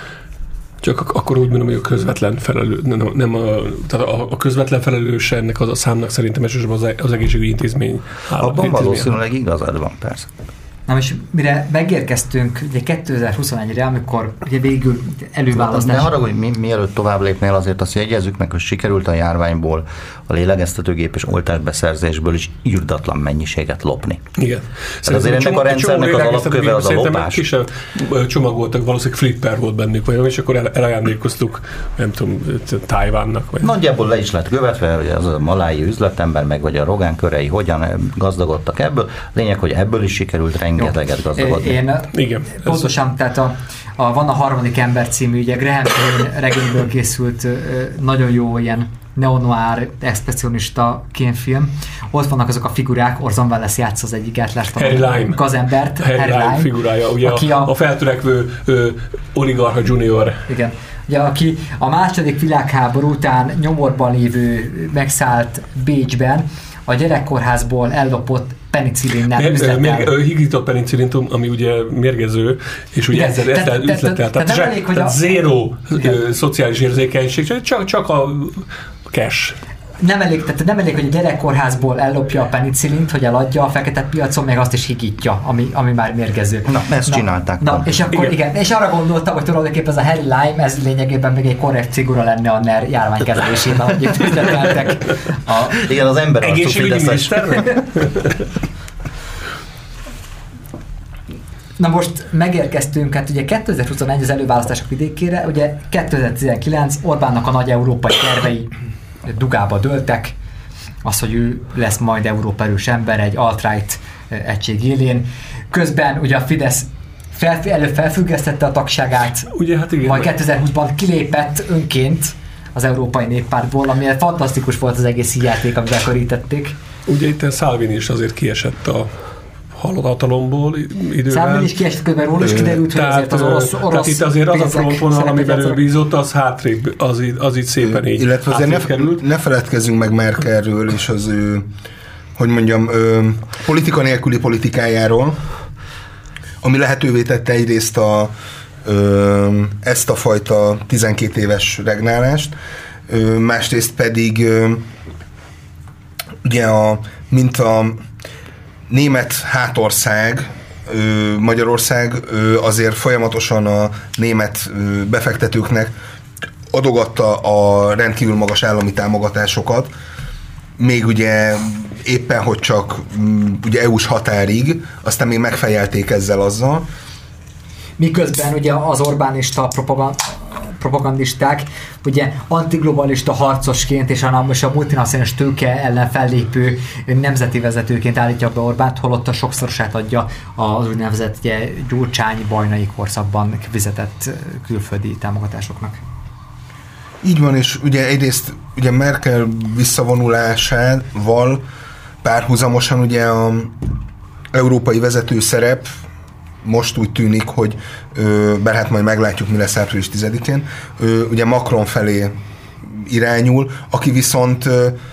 Csak akkor úgy mondom, hogy a közvetlen felelő, nem, nem a, tehát a, a közvetlen felelős ennek az a számnak szerintem elsősorban az, az egészségügyi intézmény. Abban valószínűleg igazad van, persze. Na és mire megérkeztünk ugye kétezer-huszonegyre, amikor ugye végül előválasztás... Ne arra, hogy mi, mielőtt tovább lépnél, azért azt jegyezzük meg, hogy sikerült a járványból, a lélegeztetőgép és oltásbeszerzésből is írdatlan mennyiséget lopni. Igen. Tehát azért ennek a rendszernek az alapköve az a lopás. Kisebb csomag voltak, valószínűleg flipper volt bennük, vagy, és akkor elajándékoztuk, nem tudom, Tájvánnak. Vagy... Nagyjából le is lett követve, hogy az a malái üzletember, meg vagy a Rogán körei hogyan gazdagodtak ebből. Lényeg, hogy ebből is sikerült rengeteget gazdagodni. Én Igen, pontosan, ez... tehát a, a, van a Harmadik ember című, ugye Graham Greene regényből készült nagyon jó ilyen neo-noir, expressionista kémfilm. Ott vannak azok a figurák, Orson Welles játsz az egyik átlást, Harry Lime. Gazembert. Harry, Harry Lime figurája, ugye a, a, a feltörekvő ö, oligarcha junior. Igen. Ugye, aki a második világháború után nyomorban lévő megszállt Bécsben a gyerekkórházból ellopott penicillinnel üzletel. Higított penicillint, ami ugye mérgező, és ugye ezzel, ezzel üzletel. Tehát, tehát, tehát zero szociális érzékenység, csak, csak a cash. Nem elég, tehát nem elég, hogy a gyerekkórházból ellopja a penicillint, hogy eladja a fekete piacon, meg azt is higítja, ami, ami már mérgező. Na, ezt na, csinálták. Na, és akkor igen. igen. És arra gondoltam, hogy tulajdonképpen ez a Harry Lime, ez lényegében még egy korrekt figura lenne a NER járványkezelésében, hogy itt üzleteltek. A... Igen, az ember arcú Fideszes. Na most megérkeztünk, hát ugye kétezer-huszonegy az előválasztások vidékére, ugye kétezer-tizenkilenc Orbánnak a nagy európai tervei dugába dőltek, az, hogy ő lesz majd Európa erős ember egy alt-right egység élén. Közben ugye a Fidesz fel, előbb felfüggesztette a tagságát, ugye, hát igen, majd kétezer-húszban kilépett önként az Európai Néppártból, ami fantasztikus volt az egész játék, amivel körítették. Ugye itt Salvini is azért kiesett a hatalomból idővel. Salvini is kiesett, közben róla is kiderült, hogy azért az orosz, orosz tehát itt azért az a frontvonal, amiben ő bízott, az hátrébb, az, az itt szépen így illetve azért ne, került. Ne feledkezzünk meg Merkelről és az ő, hogy mondjam, ö, politika nélküli politikájáról, ami lehetővé tette egyrészt a, ö, ezt a fajta tizenkét éves regnálást, ö, másrészt pedig ö, ugye a, mint a német hátország, Magyarország azért folyamatosan a német befektetőknek adogatta a rendkívül magas állami támogatásokat, még ugye éppen, hogy csak ugye é u-s határig, aztán még megfejelték ezzel azzal. Miközben ugye az Orbánista propagand propagandisták, ugye antiglobalista harcosként és a, és a multinacionális tőke ellen fellépő nemzeti vezetőként állítja be Orbánt, holott a sokszorosát adja az úgynevezett ugye, Gyurcsány-bajnai korszakban fizetett külföldi támogatásoknak. Így van, és ugye egyrészt ugye Merkel visszavonulásával párhuzamosan ugye a európai vezető szerep most úgy tűnik, hogy bár hát majd meglátjuk, mi lesz április tizedikén, ugye Macron felé irányul, aki viszont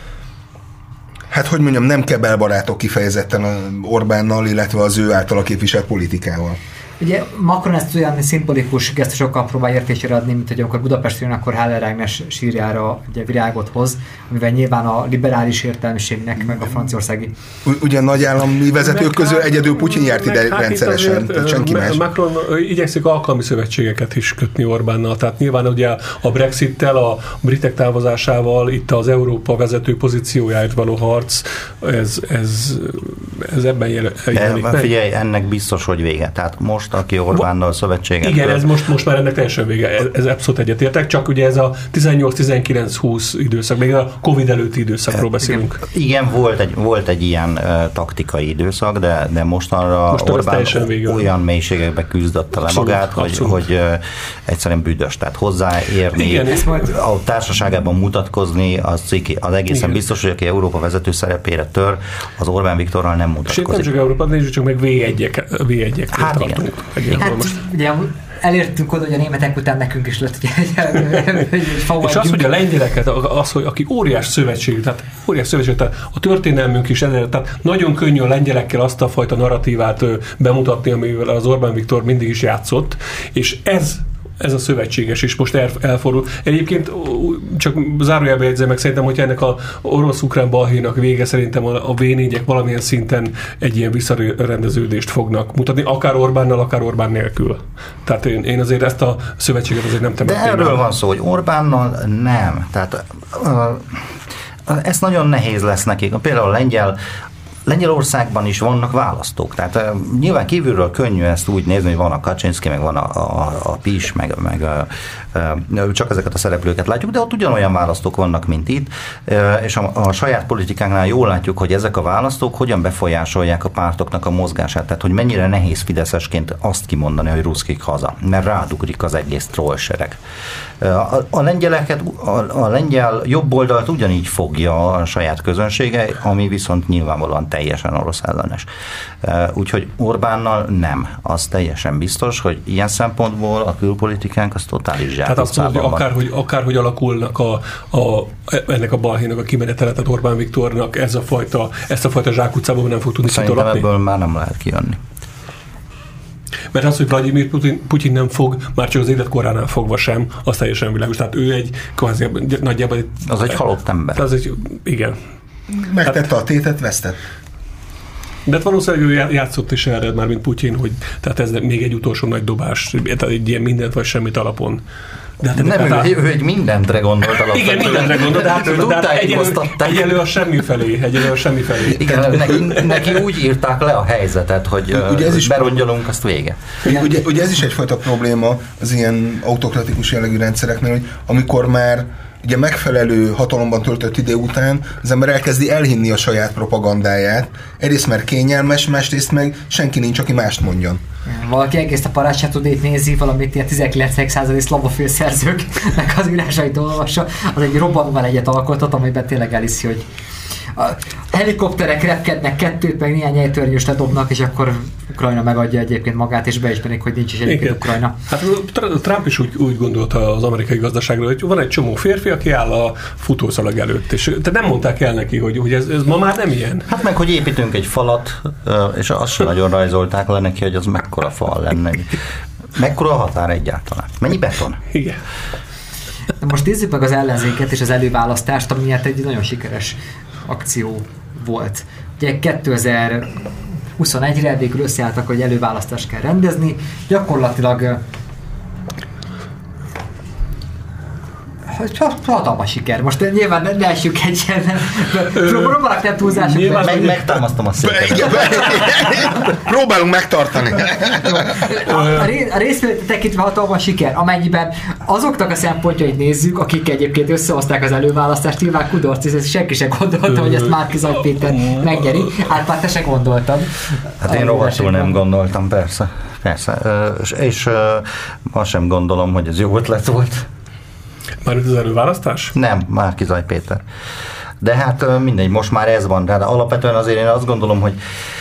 hát hogy mondjam, nem kebelbarátok kifejezetten Orbánnal, illetve az ő általa képviselt politikával. Ugye Macron ezt olyan szimbolikus gesztusokkal próbál értésére adni, mint hogy amikor Budapestre jön, akkor Haller Ágnes sírjára ugye virágot hoz, amivel nyilván a liberális értelmiségnek, meg a franciaországi. Ugye nagy állami vezetők közül egyedül Putyin járt ide hát rendszeresen, tehát senki más. Macron igyekszik alkalmi szövetségeket is kötni Orbánnal, tehát nyilván ugye a Brexittel, a britek távozásával, itt az Európa vezető pozíciójáért való harc, ez, ez, ez ebben jelenik meg. Figyelj, ennek biztos, hogy vége. Tehát most, aki Orbánnal szövetséget... Igen, ez most, most már ennek teljesen vége. Ez, ez abszolút egyetértek, csak ugye ez a tizennyolc tizenkilenc húsz időszak, még a Covid előtti időszakról beszélünk. Igen, volt egy, volt egy ilyen uh, taktikai időszak, de, de mostanra most Orbán olyan mélységekbe küzdötte le abszolút, magát, hogy, hogy uh, egyszerűen büdös. Tehát hozzáérni, igen, a társaságában mutatkozni, az, az egészen igen. biztos, hogy aki Európa vezető szerepére tör, az Orbán Viktorral nem mutatkozik. És nem csak Európa, nézzük csak meg vé egyek, vé egyek hát tartunk. Igen. Hát most. Ugye elértünk oda, hogy a németek után nekünk is lett ugye, egy, egy és az, hogy a lengyeleket, az, hogy aki óriás szövetség, tehát óriás szövetség, tehát a történelmünk is ezzel, tehát nagyon könnyű a lengyelekkel azt a fajta narratívát bemutatni, amivel az Orbán Viktor mindig is játszott, és ez ez a szövetséges is most elfordul. Egyébként csak zárójelbe jegyzem meg, szerintem, hogy ennek a orosz-ukrán balhénak vége, szerintem a vé négyek valamilyen szinten egy ilyen visszarendeződést fognak mutatni, akár Orbánnal, akár Orbán nélkül. Tehát én, én azért ezt a szövetséget azért nem temetném. De erről van szó, hogy Orbánnal nem. Tehát uh, ez nagyon nehéz lesz nekik. Például a lengyel Lengyelországban is vannak választók, tehát uh, nyilván kívülről könnyű ezt úgy nézni, hogy van a Kaczynszki, meg van a, a, a Pis, meg, meg uh, uh, csak ezeket a szereplőket látjuk, de ott ugyanolyan választók vannak, mint itt, uh, és a, a saját politikánknál jól látjuk, hogy ezek a választók hogyan befolyásolják a pártoknak a mozgását, tehát hogy mennyire nehéz fideszesként azt kimondani, hogy ruszkik haza, mert rádugrik az egész trollsereg. Uh, a, a lengyeleket, a, a lengyel jobb oldalt ugyanígy fogja a saját közönsége, ami viszont nyilvánvalóan teljesen orosz ellenes. Úgyhogy Orbánnal nem. Az teljesen biztos, hogy ilyen szempontból a külpolitikánk az totális zsákutcában. Tehát azt mondod, hogy akárhogy, akárhogy alakulnak a, a, ennek a balhénak a kimenetele, tehát Orbán Viktornak ez a fajta, ezt a fajta zsákutcában nem fog tudni szitolatni? Szerintem ebből már nem lehet kijönni. Mert az, hogy Vladimir Putin, Putin nem fog, már csak az életkoránál fogva sem, az teljesen világos. Tehát ő egy kvázi nagyjából... Az egy halott ember. Az egy, igen. Megtette a tétet, vesztett. De hát valószínűleg ő játszott is erre már, mint Putyin, hogy tehát ez még egy utolsó nagy dobás, tehát egy ilyen mindent vagy semmit alapon. De hát nem, ő, á... ő egy mindentre gondolt alapvetően. Igen, mindentre gondolt, de hát, de hát egyelő, egyelő a semmi felé. Egyelő a semmi felé. Igen, neki, neki úgy írták le a helyzetet, hogy ugye ez is berongyolunk, azt vége. Ugye, ugye ez is egyfajta probléma az ilyen autokratikus jellegű rendszereknél, hogy amikor már ugye megfelelő hatalomban töltött idő után az ember elkezdi elhinni a saját propagandáját. Egyrészt mert kényelmes, másrészt meg senki nincs, aki mást mondjon. Valaki egész a parázsátudét nézi, valamit ilyen tizenkilencedik századi szlavofil szerzőknek az írásait olvassa, az egy robbanóval egyet alkotott, amiben tényleg elhiszi, hogy a helikopterek repkednek kettőt, meg néhány ejtőernyőst ledobnak, és akkor Ukrajna megadja egyébként magát, és beismerik, hogy nincs is egyébként igen. Ukrajna. Hát Trump is úgy, úgy gondolta az amerikai gazdaságról, hogy van egy csomó férfi, aki áll a futószalag előtt, és te nem mondták el neki, hogy, hogy ez, ez ma már nem ilyen. Hát meg, hogy építünk egy falat, és azt sem nagyon rajzolták le neki, hogy az mekkora fal lenne. Mekkora a határ egyáltalán? Mennyi beton? Igen. De most nézzük meg az ellenzéket és az előválasztást, ami hát egy nagyon sikeres akció volt. Ugye kétezer-huszonegyre végül összeálltak, hogy előválasztást kell rendezni. Gyakorlatilag hatalmas siker. Most nyilván ne essük egy ilyen, próbálok nem túlzások. Meg, megtámasztom a széket. Próbálunk megtartani. A részvételt tekintve hatalmas siker, amennyiben azoknak a szempontjait nézzük, akik egyébként összehozták az előválasztást, nyilván kudarc, és senki sem gondolta, hogy ezt Márki-Zay Péter megnyeri. Hát már te se gondoltad. Hát én rohadtul nem gondoltam, persze. Persze. És azt sem gondolom, hogy ez jó ötlet volt. Mármint az előválasztás? Nem, Márki-Zay Péter. De hát mindegy, most már ez van. De alapvetően azért én azt gondolom, hogy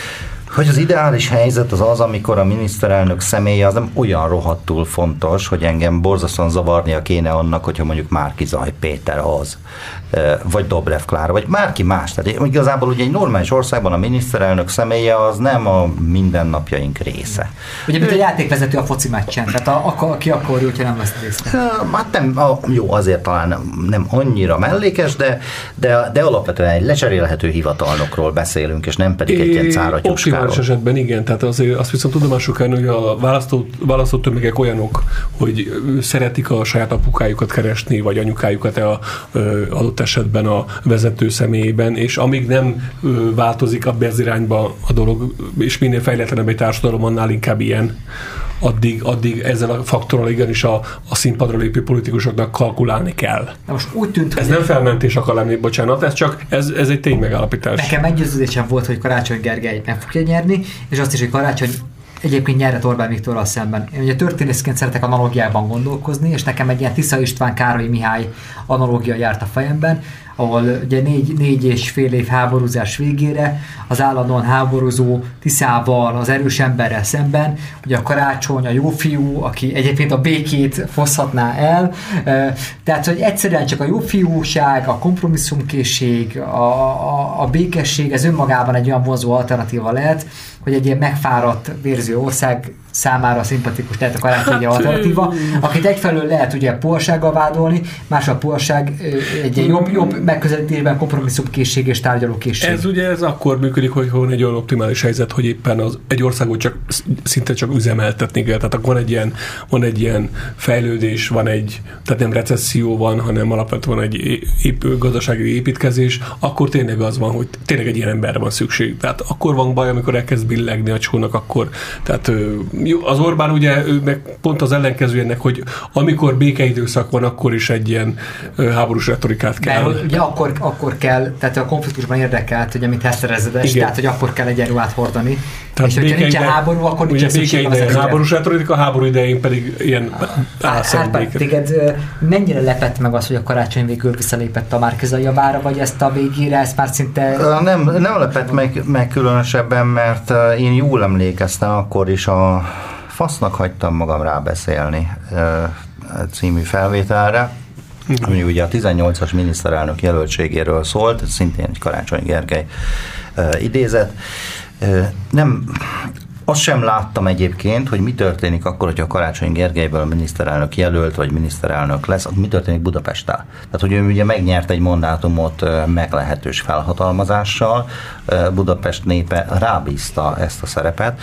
Hogy az ideális helyzet az az, amikor a miniszterelnök személye az nem olyan rohadtul fontos, hogy engem borzasztóan zavarnia kéne annak, hogyha mondjuk Márki-Zay Péter az, vagy Dobrev Klára, vagy bárki más. Tehát igazából ugye egy normális országban a miniszterelnök személye az nem a mindennapjaink része. Ugye, mint a játékvezető a foci meccsen, tehát a, a, aki akkor hogyha nem vesz részt. Hát nem, a, jó, azért talán nem annyira mellékes, de, de, de alapvetően egy lecserélhető hivatalnokról beszélünk, és nem pedig egy ilyen cáratyuskáról. Optimális esetben igen, tehát azért azt viszont tudomásul kell, hogy a választó, választó tömegek olyanok, hogy szeretik a saját apukájukat keresni, vagy anyukájukat a, a adott esetben a vezető személyében, és amíg nem ö, változik abba az irányba a dolog, és minél fejletlenebb egy társadalom, annál inkább ilyen, addig, addig ezzel a faktorral igenis a, a színpadra lépő politikusoknak kalkulálni kell. De most úgy tűnt, ez nem felmentés akar lenni, bocsánat, ez csak ez, ez egy tény megállapítás. Nekem meggyőződésem volt, hogy Karácsony Gergely meg fogja nyerni, és azt is, hogy Karácsony egyébként nyerhet Orbán Viktorral szemben. Én ugye történészként szeretek analógiában gondolkozni, és nekem egy ilyen Tisza István, Károly Mihály analógia járt a fejemben, ahol ugye négy, négy és fél év háborúzás végére az állandóan háborúzó Tiszával, az erős emberrel szemben, ugye a Karácsony, a jó fiú, aki egyébként a békét foszhatná el, tehát, hogy egyszerűen csak a jó fiúság, a kompromisszumkészség, a, a, a békesség, ez önmagában egy olyan vonzó alternatíva lehet, hogy egy ilyen megfáradt, vérző ország számára szimpatikus lehet a Karácsonyi alternatíva, akit egyfelől lehet ugye polsággal vádolni, másra a polság egy ilyen jobb, jobb megközelítésben kompromisszumkészség és tárgyalókészség. Ez ugye ez akkor működik, hogy van egy olyan optimális helyzet, hogy éppen az egy országot csak szinte csak üzemeltetni kell, tehát akkor van egy ilyen, van egy ilyen fejlődés, van egy, tehát nem recesszió van, hanem alapvetően egy épp, gazdasági építkezés, akkor tényleg az van, hogy tényleg egy ilyen emberre van szükség. Tehát akkor van baj, amikor elkezd billegni a csónak, akkor, tehát az Orbán ugye ő meg pont az ellenkező ennek, hogy amikor békeidőszak van, akkor is egy ilyen háborús retorikát kell. Mert ugye akkor, akkor kell, tehát a konfliktusban érdekelt, ugye, mint Heszterezedes, tehát hogy akkor kell egyenruhát hordani. Tehát és hogyha nincs háború, akkor nincs szükség van az háborús retorika, háború idején pedig ilyen álszent téged mennyire lepett meg az, hogy a Karácsony végül visszalépett a Márki-Zay javára, vagy ezt a végére, ezt már szinte... Nem, nem lepett meg, meg különösebben, mert én jól emlékeztem akkor is a Fasznak hagytam magam rábeszélni című felvételre, ami ugye a tizennyolcas miniszterelnök jelöltségéről szólt, szintén egy Karácsony Gergely idézet. Nem, azt sem láttam egyébként, hogy mi történik akkor, hogyha a Karácsony Gergelyből miniszterelnök jelölt, vagy miniszterelnök lesz, mi történik Budapesttel. Tehát, hogy ő ugye megnyert egy mandátumot meglehetős felhatalmazással, Budapest népe rábízta ezt a szerepet,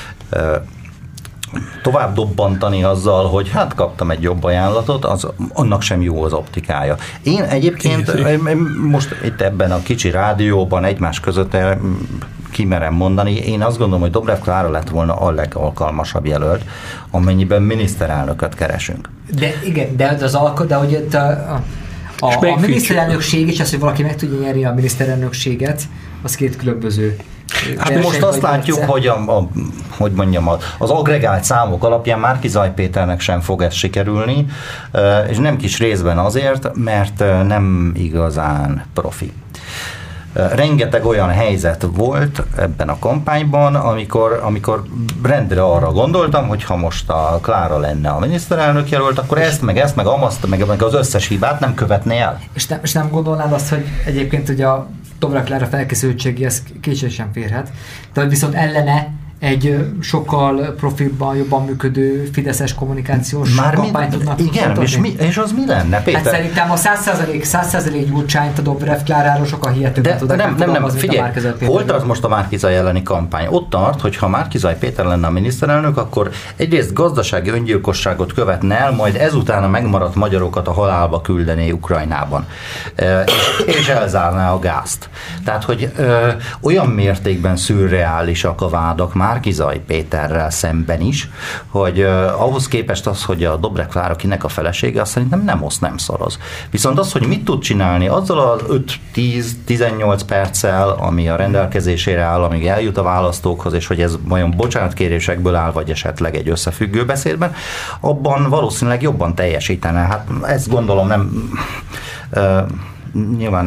tovább dobbantani azzal, hogy hát kaptam egy jobb ajánlatot, az, annak sem jó az optikája. Én egyébként most itt ebben a kicsi rádióban egymás között kimerem mondani, én azt gondolom, hogy Dobrev Klára lett volna a legalkalmasabb jelölt, amennyiben miniszterelnököt keresünk. De igen, de az alkot, de hogy a, a, a, a miniszterelnökség és az, hogy valaki meg tudja nyerni a miniszterelnökséget, az két különböző. Hát most azt látjuk, hogy, a, a, hogy mondjam, az agregált számok alapján Márki-Zay Péternek sem fog ez sikerülni, és nem kis részben azért, mert nem igazán profi. Rengeteg olyan helyzet volt ebben a kampányban, amikor, amikor rendre arra gondoltam, hogy ha most a Klára lenne a miniszterelnök jelölt, akkor ezt, meg ezt, meg amazt, meg, meg az összes hibát nem követné el. És nem, és nem gondolnád azt, hogy egyébként ugye a Dobrev Klára felkészültségéhez kétség sem férhet, de viszont ellene egy sokkal profilban, jobban működő fideszes kommunikációs Már kampányt mi, tudnak igen, és, mi, és az mi lenne, Péter? Hát szerintem a száz százalék Gyurcsányt a Dobrev Kláráról sokkal hihetőbben tudnak. Nem, nem, nem, figyelj, hol tart most a Márki-Zay elleni kampány? Ott tart, hogy ha Márki-Zay Péter lenne a miniszterelnök, akkor egyrészt gazdasági öngyilkosságot követne el, majd ezután a megmaradt magyarokat a halálba küldené Ukrajnában. E, és, és elzárná a gázt. Tehát, hogy ö, olyan mértékben szürreálisak a vádak Márki-Zay Péterrel szemben is, hogy uh, ahhoz képest az, hogy a Dobrev Klára kinek a felesége, azt szerintem nem osz, nem szoroz. Viszont az, hogy mit tud csinálni azzal az öt-tíz-tizennyolc perccel, ami a rendelkezésére áll, amíg eljut a választókhoz, és hogy ez vajon bocsánatkérésekből áll, vagy esetleg egy összefüggő beszédben, abban valószínűleg jobban teljesítene. Hát ezt gondolom nem... Uh, nyilván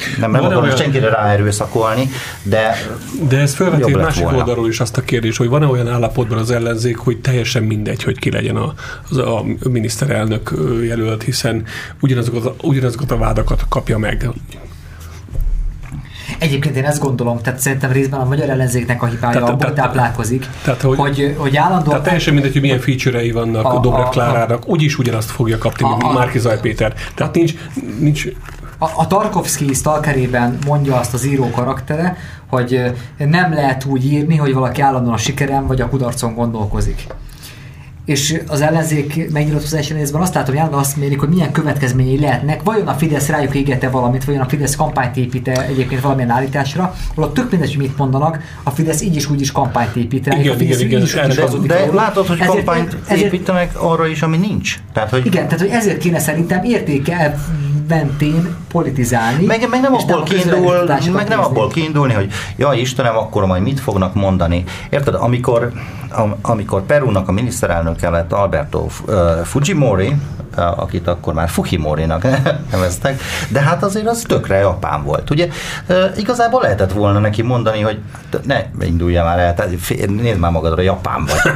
nem, nem akarom olyan... senkire ráerőszakolni, de De ez felveti a másik volna. Oldalról is azt a kérdést, hogy van-e olyan állapotban az ellenzék, hogy teljesen mindegy, hogy ki legyen a, az a miniszterelnök jelölt, hiszen ugyanazokat a, ugyanazokat a vádakat kapja meg. Egyébként én ezt gondolom, tehát szerintem részben a magyar ellenzéknek a hibája abból táplálkozik, tehát, hogy, hogy, hogy állandóan... Tehát teljesen mindegy, hogy milyen feature-ei vannak a, a Dobrev Klárának, úgyis ugyanazt fogja kapni, a, mint Márki Zay Péter. Tehát nincs... nincs a, a Tarkovszky Stalkerében mondja azt az író karaktere, hogy nem lehet úgy írni, hogy valaki állandóan a sikeren vagy a kudarcon gondolkozik. És az ellenzék megnyilatkozási részben azt látom, hogy azt mérik, hogy milyen következményei lehetnek, vajon a Fidesz rájuk égete valamit, vajon a Fidesz kampányt épít-e egyébként valamilyen állításra, holott tök mindegy, hogy mit mondanak, a Fidesz így is úgy is kampányt épít rá. Igen, a Fidesz igen, igen, is de, de látod, hogy ezért, kampányt ezért, építenek arra is, ami nincs. Tehát, hogy... Igen, tehát hogy ezért kéne szerintem értéke mentén politizálni. Meg, meg nem abból kiindul, meg nem abból kiindulni, hogy jaj Istenem, akkor majd mit fognak mondani. Érted, amikor, am, amikor Perúnak a miniszterelnöke lett Alberto uh, Fujimori, uh, akit akkor már Fujimorinak neveztek, de hát azért az tökre japán volt. Ugye uh, igazából lehetett volna neki mondani, hogy ne induljál már el, nézd már magadra, japán vagy.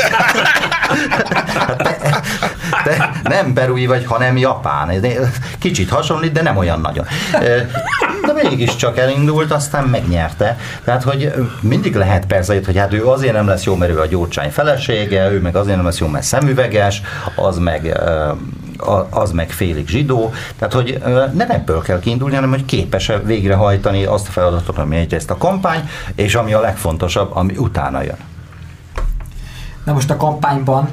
te, te nem perui vagy, hanem japán. Kicsit hasonlít, de nem olyan nagyon. De mégiscsak elindult, aztán megnyerte. Tehát, hogy mindig lehet persze, hogy hát ő azért nem lesz jó, mert ő a Gyurcsány felesége, ő meg azért nem lesz jó, mert szemüveges, az meg, az meg félig zsidó. Tehát, hogy nem ebből kell kiindulni, hanem hogy képes végrehajtani azt a feladatot, ami egyrészt a kampány, és ami a legfontosabb, ami utána jön. Na most a kampányban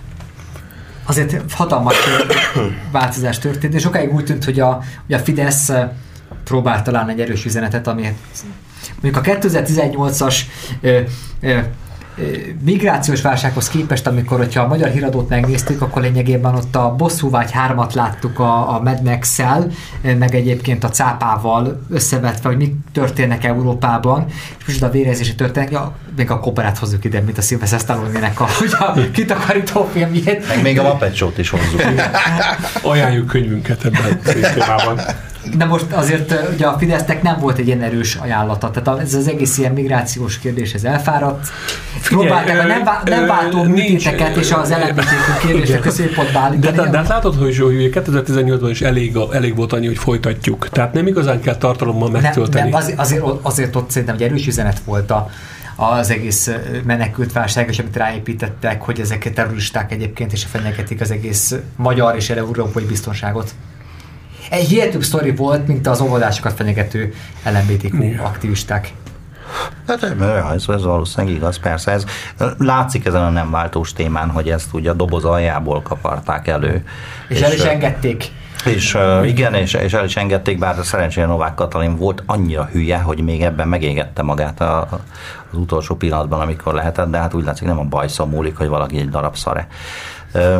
azért hatalmas változás történt, és sokáig úgy tűnt, hogy a, hogy a Fidesz próbált találni egy erős üzenetet, ami mondjuk a kétezer-tizennyolcas ö, ö, migrációs válsághoz képest, amikor, hogyha a Magyar Híradót megnéztük, akkor lényegében ott a Bosszúvágy hármat láttuk a, a Mad Max-szel, meg egyébként a cápával összevetve, hogy mi történnek Európában, és most a vérezési történnek, ja, még a Cobra-t hozzuk ide, mint a Sylvester Stallone-nek a, a kitakarító filmjét. Meg még a Muppet Show-t is hozzuk. Ajánljuk könyvünket ebben a témában. De most azért ugye a Fidesznek nem volt egy ilyen erős ajánlata, tehát ez az egész ilyen migrációs kérdés, ez elfáradt. Próbálták a nem, vá- nem váltó műtéteket és az el em bé té kú kérdést középpontba állítani. De, de, de hát látod, hogy, hogy kétezer-tizennyolcban is elég, elég volt annyi, hogy folytatjuk. Tehát nem igazán kell tartalommal megtölteni. Nem, azért, azért, azért ott szerintem egy erős üzenet volt a, az egész menekült válság, és amit ráépítettek, hogy ezek terroristák egyébként, és fenyegetik az egész magyar és európai biztonságot. Egy hihetőbb sztori volt, mint az óvodásokat fenyegető el em bé té kú ja. aktivisták. Hát ez, ez valószínűleg igaz, persze. Ez látszik ezen a nem váltós témán, hogy ezt ugye a doboz aljából kaparták elő. És, és el is engedték. És uh, igen, és, és el is engedték, bár szerencsére Novák Katalin volt annyira hülye, hogy még ebben megégette magát a, az utolsó pillanatban, amikor lehetett, de hát úgy látszik, nem a bajszon múlik, hogy valaki egy darab szare. Uh,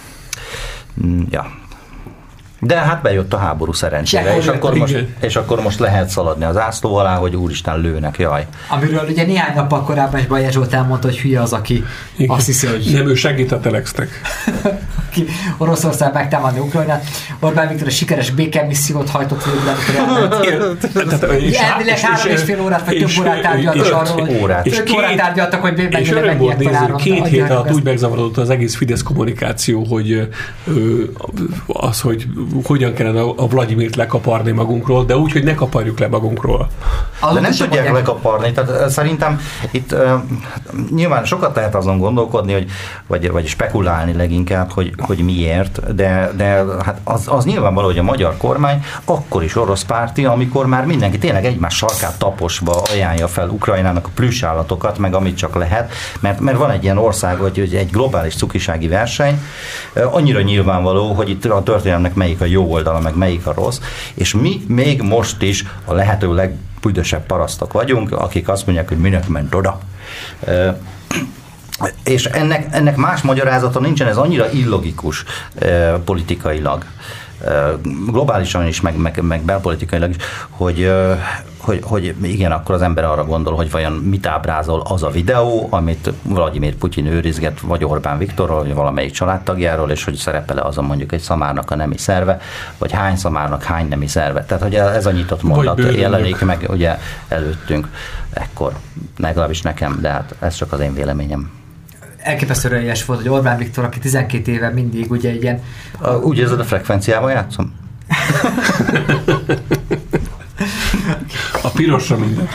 ja. De hát bejött a háború szerencsére, és akkor, most, és akkor most lehet szaladni az ászló alá, hogy úristen lőnek, jaj. Amiről ugye néhány nappal korábban is Bajer Zsolt elmondta, hogy hülye az, aki igen. azt hiszi, hogy... Nem, ő segít a Telexnek. Aki Oroszország megtámadni Ukrajnát. Orbán Viktor a sikeres békemissziót hajtott végre, amikor elment. Elvileg három és fél órát, vagy több órát tárgyaltak arról, hogy öt órát tárgyaltak, hogy mennyire megnyert tanáron. Két hét alatt úgy megzavarodott az egész Fidesz kommunikáció, hogy az, hogy hogyan kellene a Vladimirt lekaparni magunkról, de úgy, hogy ne kaparjuk le magunkról. De nem tudják lekaparni. Tehát szerintem itt uh, nyilván sokat lehet azon gondolkodni, hogy, vagy, vagy spekulálni leginkább, hogy, hogy miért, de, de hát az, az nyilvánvaló, hogy a magyar kormány akkor is orosz párti, amikor már mindenki tényleg egymás sarkát taposva ajánlja fel Ukrajnának a plüssállatokat, meg amit csak lehet, mert, mert van egy ilyen ország, hogy egy globális cukisági verseny, annyira nyilvánvaló, hogy itt a történelmnek melyik a jó oldala, meg melyik a rossz, és mi még most is a lehető legbüdösebb parasztok vagyunk, akik azt mondják, hogy minek ment oda. E, és ennek, ennek más magyarázata nincsen, ez annyira illogikus e, politikailag, e, globálisan is, meg, meg, meg belpolitikailag is, hogy, e, hogy, hogy igen, akkor az ember arra gondol, hogy vajon mit ábrázol az a videó, amit Vladimir Putyin őrizget, vagy Orbán Viktorról, vagy valamelyik családtagjáról, és hogy szerepel-e az a mondjuk egy szamárnak a nemi szerve, vagy hány szamárnak hány nemi szerve. Tehát, hogy ez a nyitott mondat jelenik meg ugye előttünk ekkor, legalábbis nekem, de hát ez csak az én véleményem. Elképesztően ügyes volt, hogy Orbán Viktor, aki tizenkét éve mindig ugye ilyen... A, úgy érzed, a frekvenciával játszom? A pirosra minden.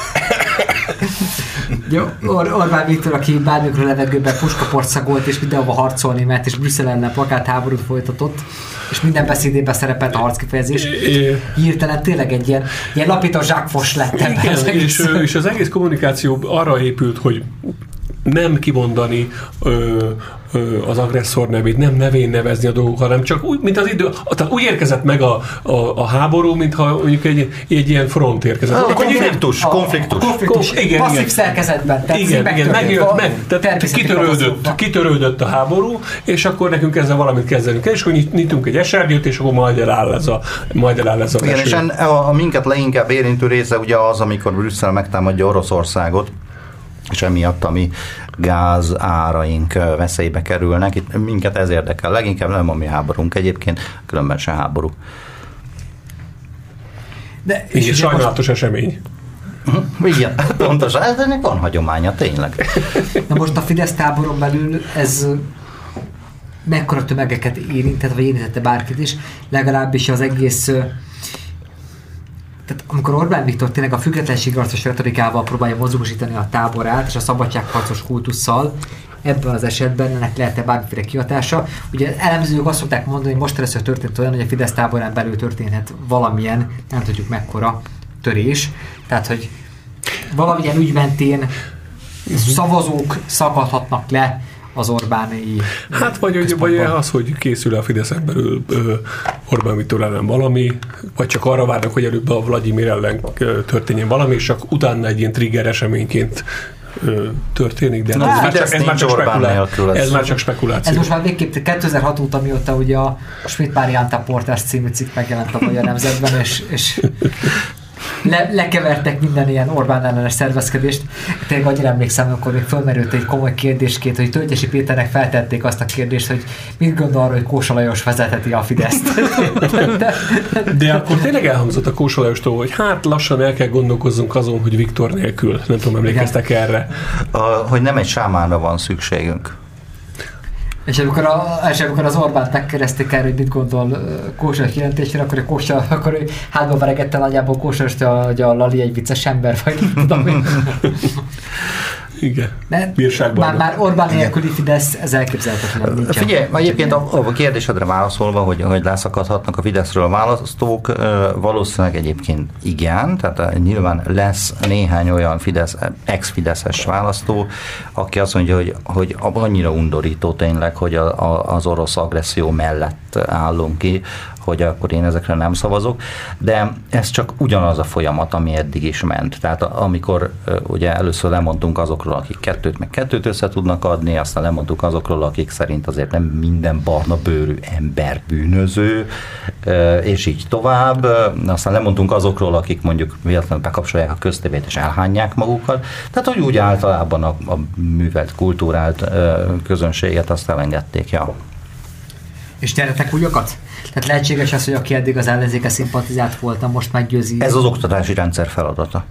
Jó, Or- Orbán Viktor, aki bármikor a levegőben puskaport szagolt, és mindenhova harcolni mert, és Brüsszel ellen plakátháborút folytatott, és minden beszédében szerepelt a harckifejezés. Hirtelen tényleg egy ilyen, ilyen lapító zsákfos lett ebben. Igen, az és, és az egész kommunikáció arra épült, hogy nem kimondani ö, ö, az agresszor nevét, nem nevén nevezni a dolgok, hanem csak úgy, mint az idő, tehát úgy érkezett meg a, a, a háború, mintha mondjuk egy, egy ilyen front érkezett. A konfliktus, a, konfliktus. A konfliktus, igen, passzív igen. szerkezetben. Tehát igen, igen, megjött, meg, tehát kitörődött, kitörődött a háború, és akkor nekünk ezzel valamit kezdenünk el, és akkor nyitunk egy esernyőt, és akkor majd eláll ez a, majd eláll ez a igen, és en, a, a minket leginkább érintő része ugye az, amikor Brüsszel megtámadja Oroszországot, és emiatt a mi gáz áraink veszélybe kerülnek. Itt minket ez érdekel. Leginkább nem a mi háborunk egyébként, különben se háború. De, és és sajnálatos most... esemény. Igen, pontosan. Ennek van hagyománya, tényleg. Na most a Fidesz táboron belül ez mekkora tömegeket érintett, vagy érintette bárkit is, legalábbis az egész... Tehát amikor Orbán Viktor tényleg a függetlenségharcos retorikával próbálja mozgósítani a táborát, és a szabadságharcos kultusszal, ebben az esetben ennek lehet-e bármiféle kihatása. Ugye elemzők azt szokták mondani, hogy most először történt olyan, hogy a Fidesz táborán belül történhet valamilyen, nem tudjuk mekkora törés. Tehát, hogy valamilyen ügy mentén szavazók szakadhatnak le az Orbáni Hát vagy, vagy az, hogy készül a Fideszen belül ö, Orbán Viktor ellen valami, vagy csak arra várnak, hogy előbb a Vladimir ellen ö, történjen valami, és csak utána egy ilyen trigger eseményként ö, történik, de Na, ez, már csak, ez, már csak spekulá- ez már csak spekuláció. Ez most már végképp kétezer-hat óta, mióta ugye a Schmidt-Mári Ánta Portás című cikk megjelent a Magyar Nemzetben, és, és Le, lekevertek minden ilyen Orbán ellenes szervezkedést. Tényleg annyira emlékszem, akkor még fölmerült egy komoly kérdésként, hogy Tölgyesi Péternek feltették azt a kérdést, hogy mit gondol arra, hogy Kósa Lajos vezetheti a Fideszt. De, de akkor tényleg elhangzott a Kósa Lajostól, hogy hát lassan el kell gondolkozzunk azon, hogy Viktor nélkül. Nem tudom, emlékeztek erre? A, hogy nem egy sámánra van szükségünk. És amikor, a, és amikor az Orbánt megkereszték erre, hogy mit gondol Kósa jelentésére, akkor a Kósa, akkor ő hátba veregette nagyjából Kósa, hogy a Lali egy vicces ember, vagy tudom én. Igen. Már, már Orbán nélküli Fidesz, ez elképzelhetetlen. Nincs. Figyelj, egyébként a, a kérdésedre válaszolva, hogy, hogy leszakadhatnak a Fideszről a választók, valószínűleg egyébként igen, tehát nyilván lesz néhány olyan Fidesz, ex-fideszes választó, aki azt mondja, hogy, hogy annyira undorító tényleg, hogy a, a, az orosz agresszió mellett állunk ki, hogy akkor én ezekre nem szavazok, de ez csak ugyanaz a folyamat, ami eddig is ment. Tehát amikor ugye először lemondtunk azokról, akik kettőt meg kettőt össze tudnak adni, aztán lemondtuk azokról, akik szerint azért nem minden barna bőrű ember bűnöző, és így tovább. Aztán lemondtunk azokról, akik mondjuk véletlenül bekapcsolják a köztévét és elhányják magukat. Tehát, hogy úgy általában a, a művelt, kultúrált közönséget azt elengedték. Ja. És nyertek újakat? Tehát lehetséges az, hogy aki eddig az ellenzéke szimpatizált voltam, most meggyőzi. Ez az oktatási rendszer feladata.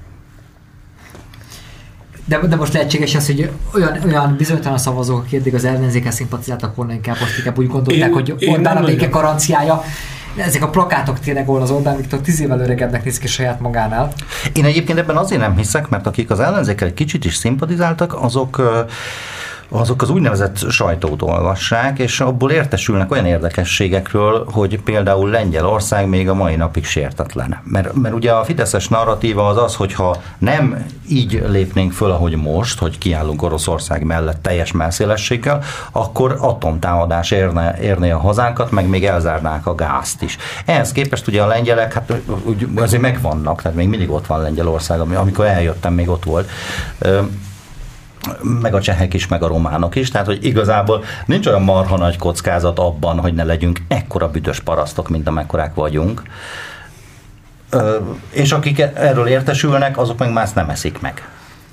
De, de most lehetséges az, hogy olyan, olyan bizonytalan szavazók, akik eddig az ellenzéke szimpatizáltak volna, inkább most inkább úgy gondolták, én, hogy Orbán a béke garanciája. Ezek a plakátok tényleg, ahol az Orbán Viktor tíz évvel öregebbnek néz ki saját magánál. Én egyébként ebben azért nem hiszek, mert akik az ellenzékkel egy kicsit is szimpatizáltak, azok azok az úgynevezett sajtót olvassák, és abból értesülnek olyan érdekességekről, hogy például Lengyelország még a mai napig sértetlen. Mert, mert ugye a fideszes narratíva az az, hogyha nem így lépnénk föl, ahogy most, hogy kiállunk Oroszország mellett teljes mellszélességgel, akkor atomtámadás érne, érné a hazánkat, meg még elzárnák a gázt is. Ehhez képest ugye a lengyelek, hát azért megvannak, tehát még mindig ott van Lengyelország, amikor eljöttem, még ott volt, meg a csehek is, meg a románok is, tehát hogy igazából nincs olyan marha nagy kockázat abban, hogy ne legyünk ekkora büdös parasztok, mint amekkorák vagyunk. És akik erről értesülnek, azok meg más nem eszik meg.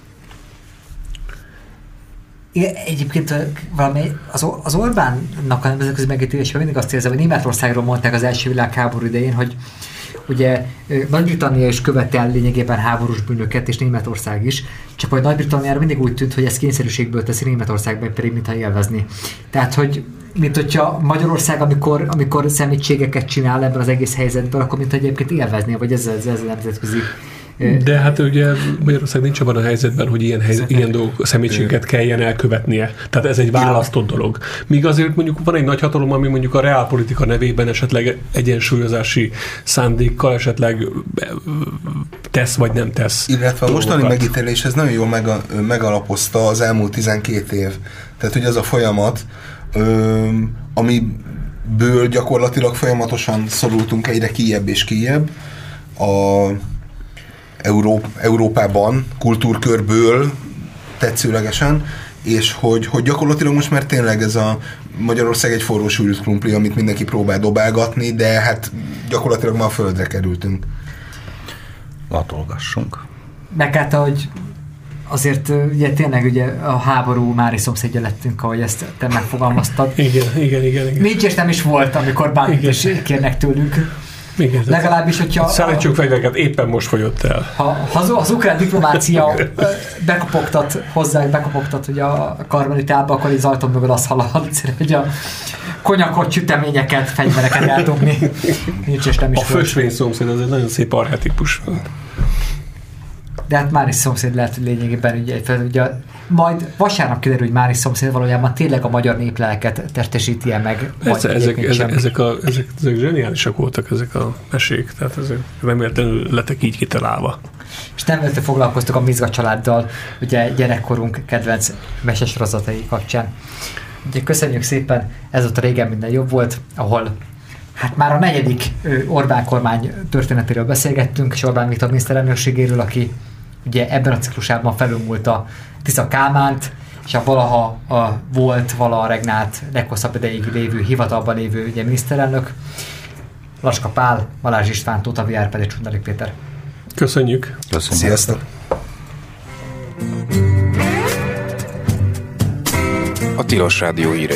Igen, egyébként valami, az, az Orbánnak a nemzetközi megítélésben mindig azt érzem, hogy Németországról mondták az első világháború idején, hogy ugye Nagy-Britannia is követel lényegében háborús bűnöket, és Németország is, csak hogy Nagy-Britanniára mindig úgy tűnt, hogy ez kényszerűségből teszi, Németországban pedig mintha élvezni. Tehát, hogy mint hogyha Magyarország, amikor, amikor szemétségeket csinál ebben az egész helyzetben, akkor mint egyébként élvezni, vagy ez, ez, ez a nemzetközi. De hát ugye Magyarország nincs abban a helyzetben, hogy ilyen, helyzet, ilyen dolgok, szemétségeket kelljen elkövetnie. Tehát ez egy választott dolog. Míg azért mondjuk van egy nagy hatalom, ami mondjuk a reálpolitika nevében esetleg egyensúlyozási szándékkal esetleg tesz vagy nem tesz. Illetve a mostani megítélés ez nagyon jól mega, megalapozta az elmúlt tizenkét év. Tehát, hogy az a folyamat, ö, amiből gyakorlatilag folyamatosan szorultunk egyre kijebb és kijebb, a Euró, Európában, kultúrkörből tetszőlegesen, és hogy, hogy gyakorlatilag most már tényleg ez a Magyarország egy forró sűrűt krumpli, amit mindenki próbál dobálgatni, de hát gyakorlatilag már a földre kerültünk. Latolgassunk. Meg hát, hogy azért ugye tényleg ugye a háború mári szomszédja lettünk, ahogy ezt te megfogalmaztad. Igen, igen, igen. igen. Nincs és nem is volt, amikor bármit kérnek tőlünk. Igen, legalábbis, hogyha... Szállítsuk fegyvereket, éppen most fogyott el. Ha, ha az, az ukrán diplomácia bekopogtat hozzá, bekopogtat ugye a karmelitába, akkor az ajtón mögül azt hallani, hogy a konyakot, süteményeket, fegyvereket eldobni. Nincs és nem is a fösvény szomszéd az egy nagyon szép archetípus. De hát Máris szomszéd lehet, hogy lényegében ugye, ugye majd vasárnap kiderül, hogy Máris szomszéd valójában tényleg a magyar néplelket testesíti-e meg. Persze, ezek, ezek, ezek, a, ezek, ezek zseniálisak voltak ezek a mesék, tehát ezek nem értelemül lettek így kitalálva. És nem véletlenül foglalkoztuk a Mizga családdal, ugye gyerekkorunk kedvenc mesesorozatai kapcsán. Ugye köszönjük szépen, ez ott a Régen minden jobb volt, ahol hát már a negyedik Orbán kormány történetéről beszélgettünk, és Orbán Viktor miniszterelnökségéről, aki ugye ebben a ciklusában felülmúlta Tisza Kálmánt, és a valaha a volt, valaha regnált, leghosszabb ideig lévő, hivatalban lévő ugye, miniszterelnök, Laska Pál, Balázs István, Tóth Viár, pedig Csundarik Péter. Köszönjük! Köszönjük! Sziasztok! A Tilos Rádió ír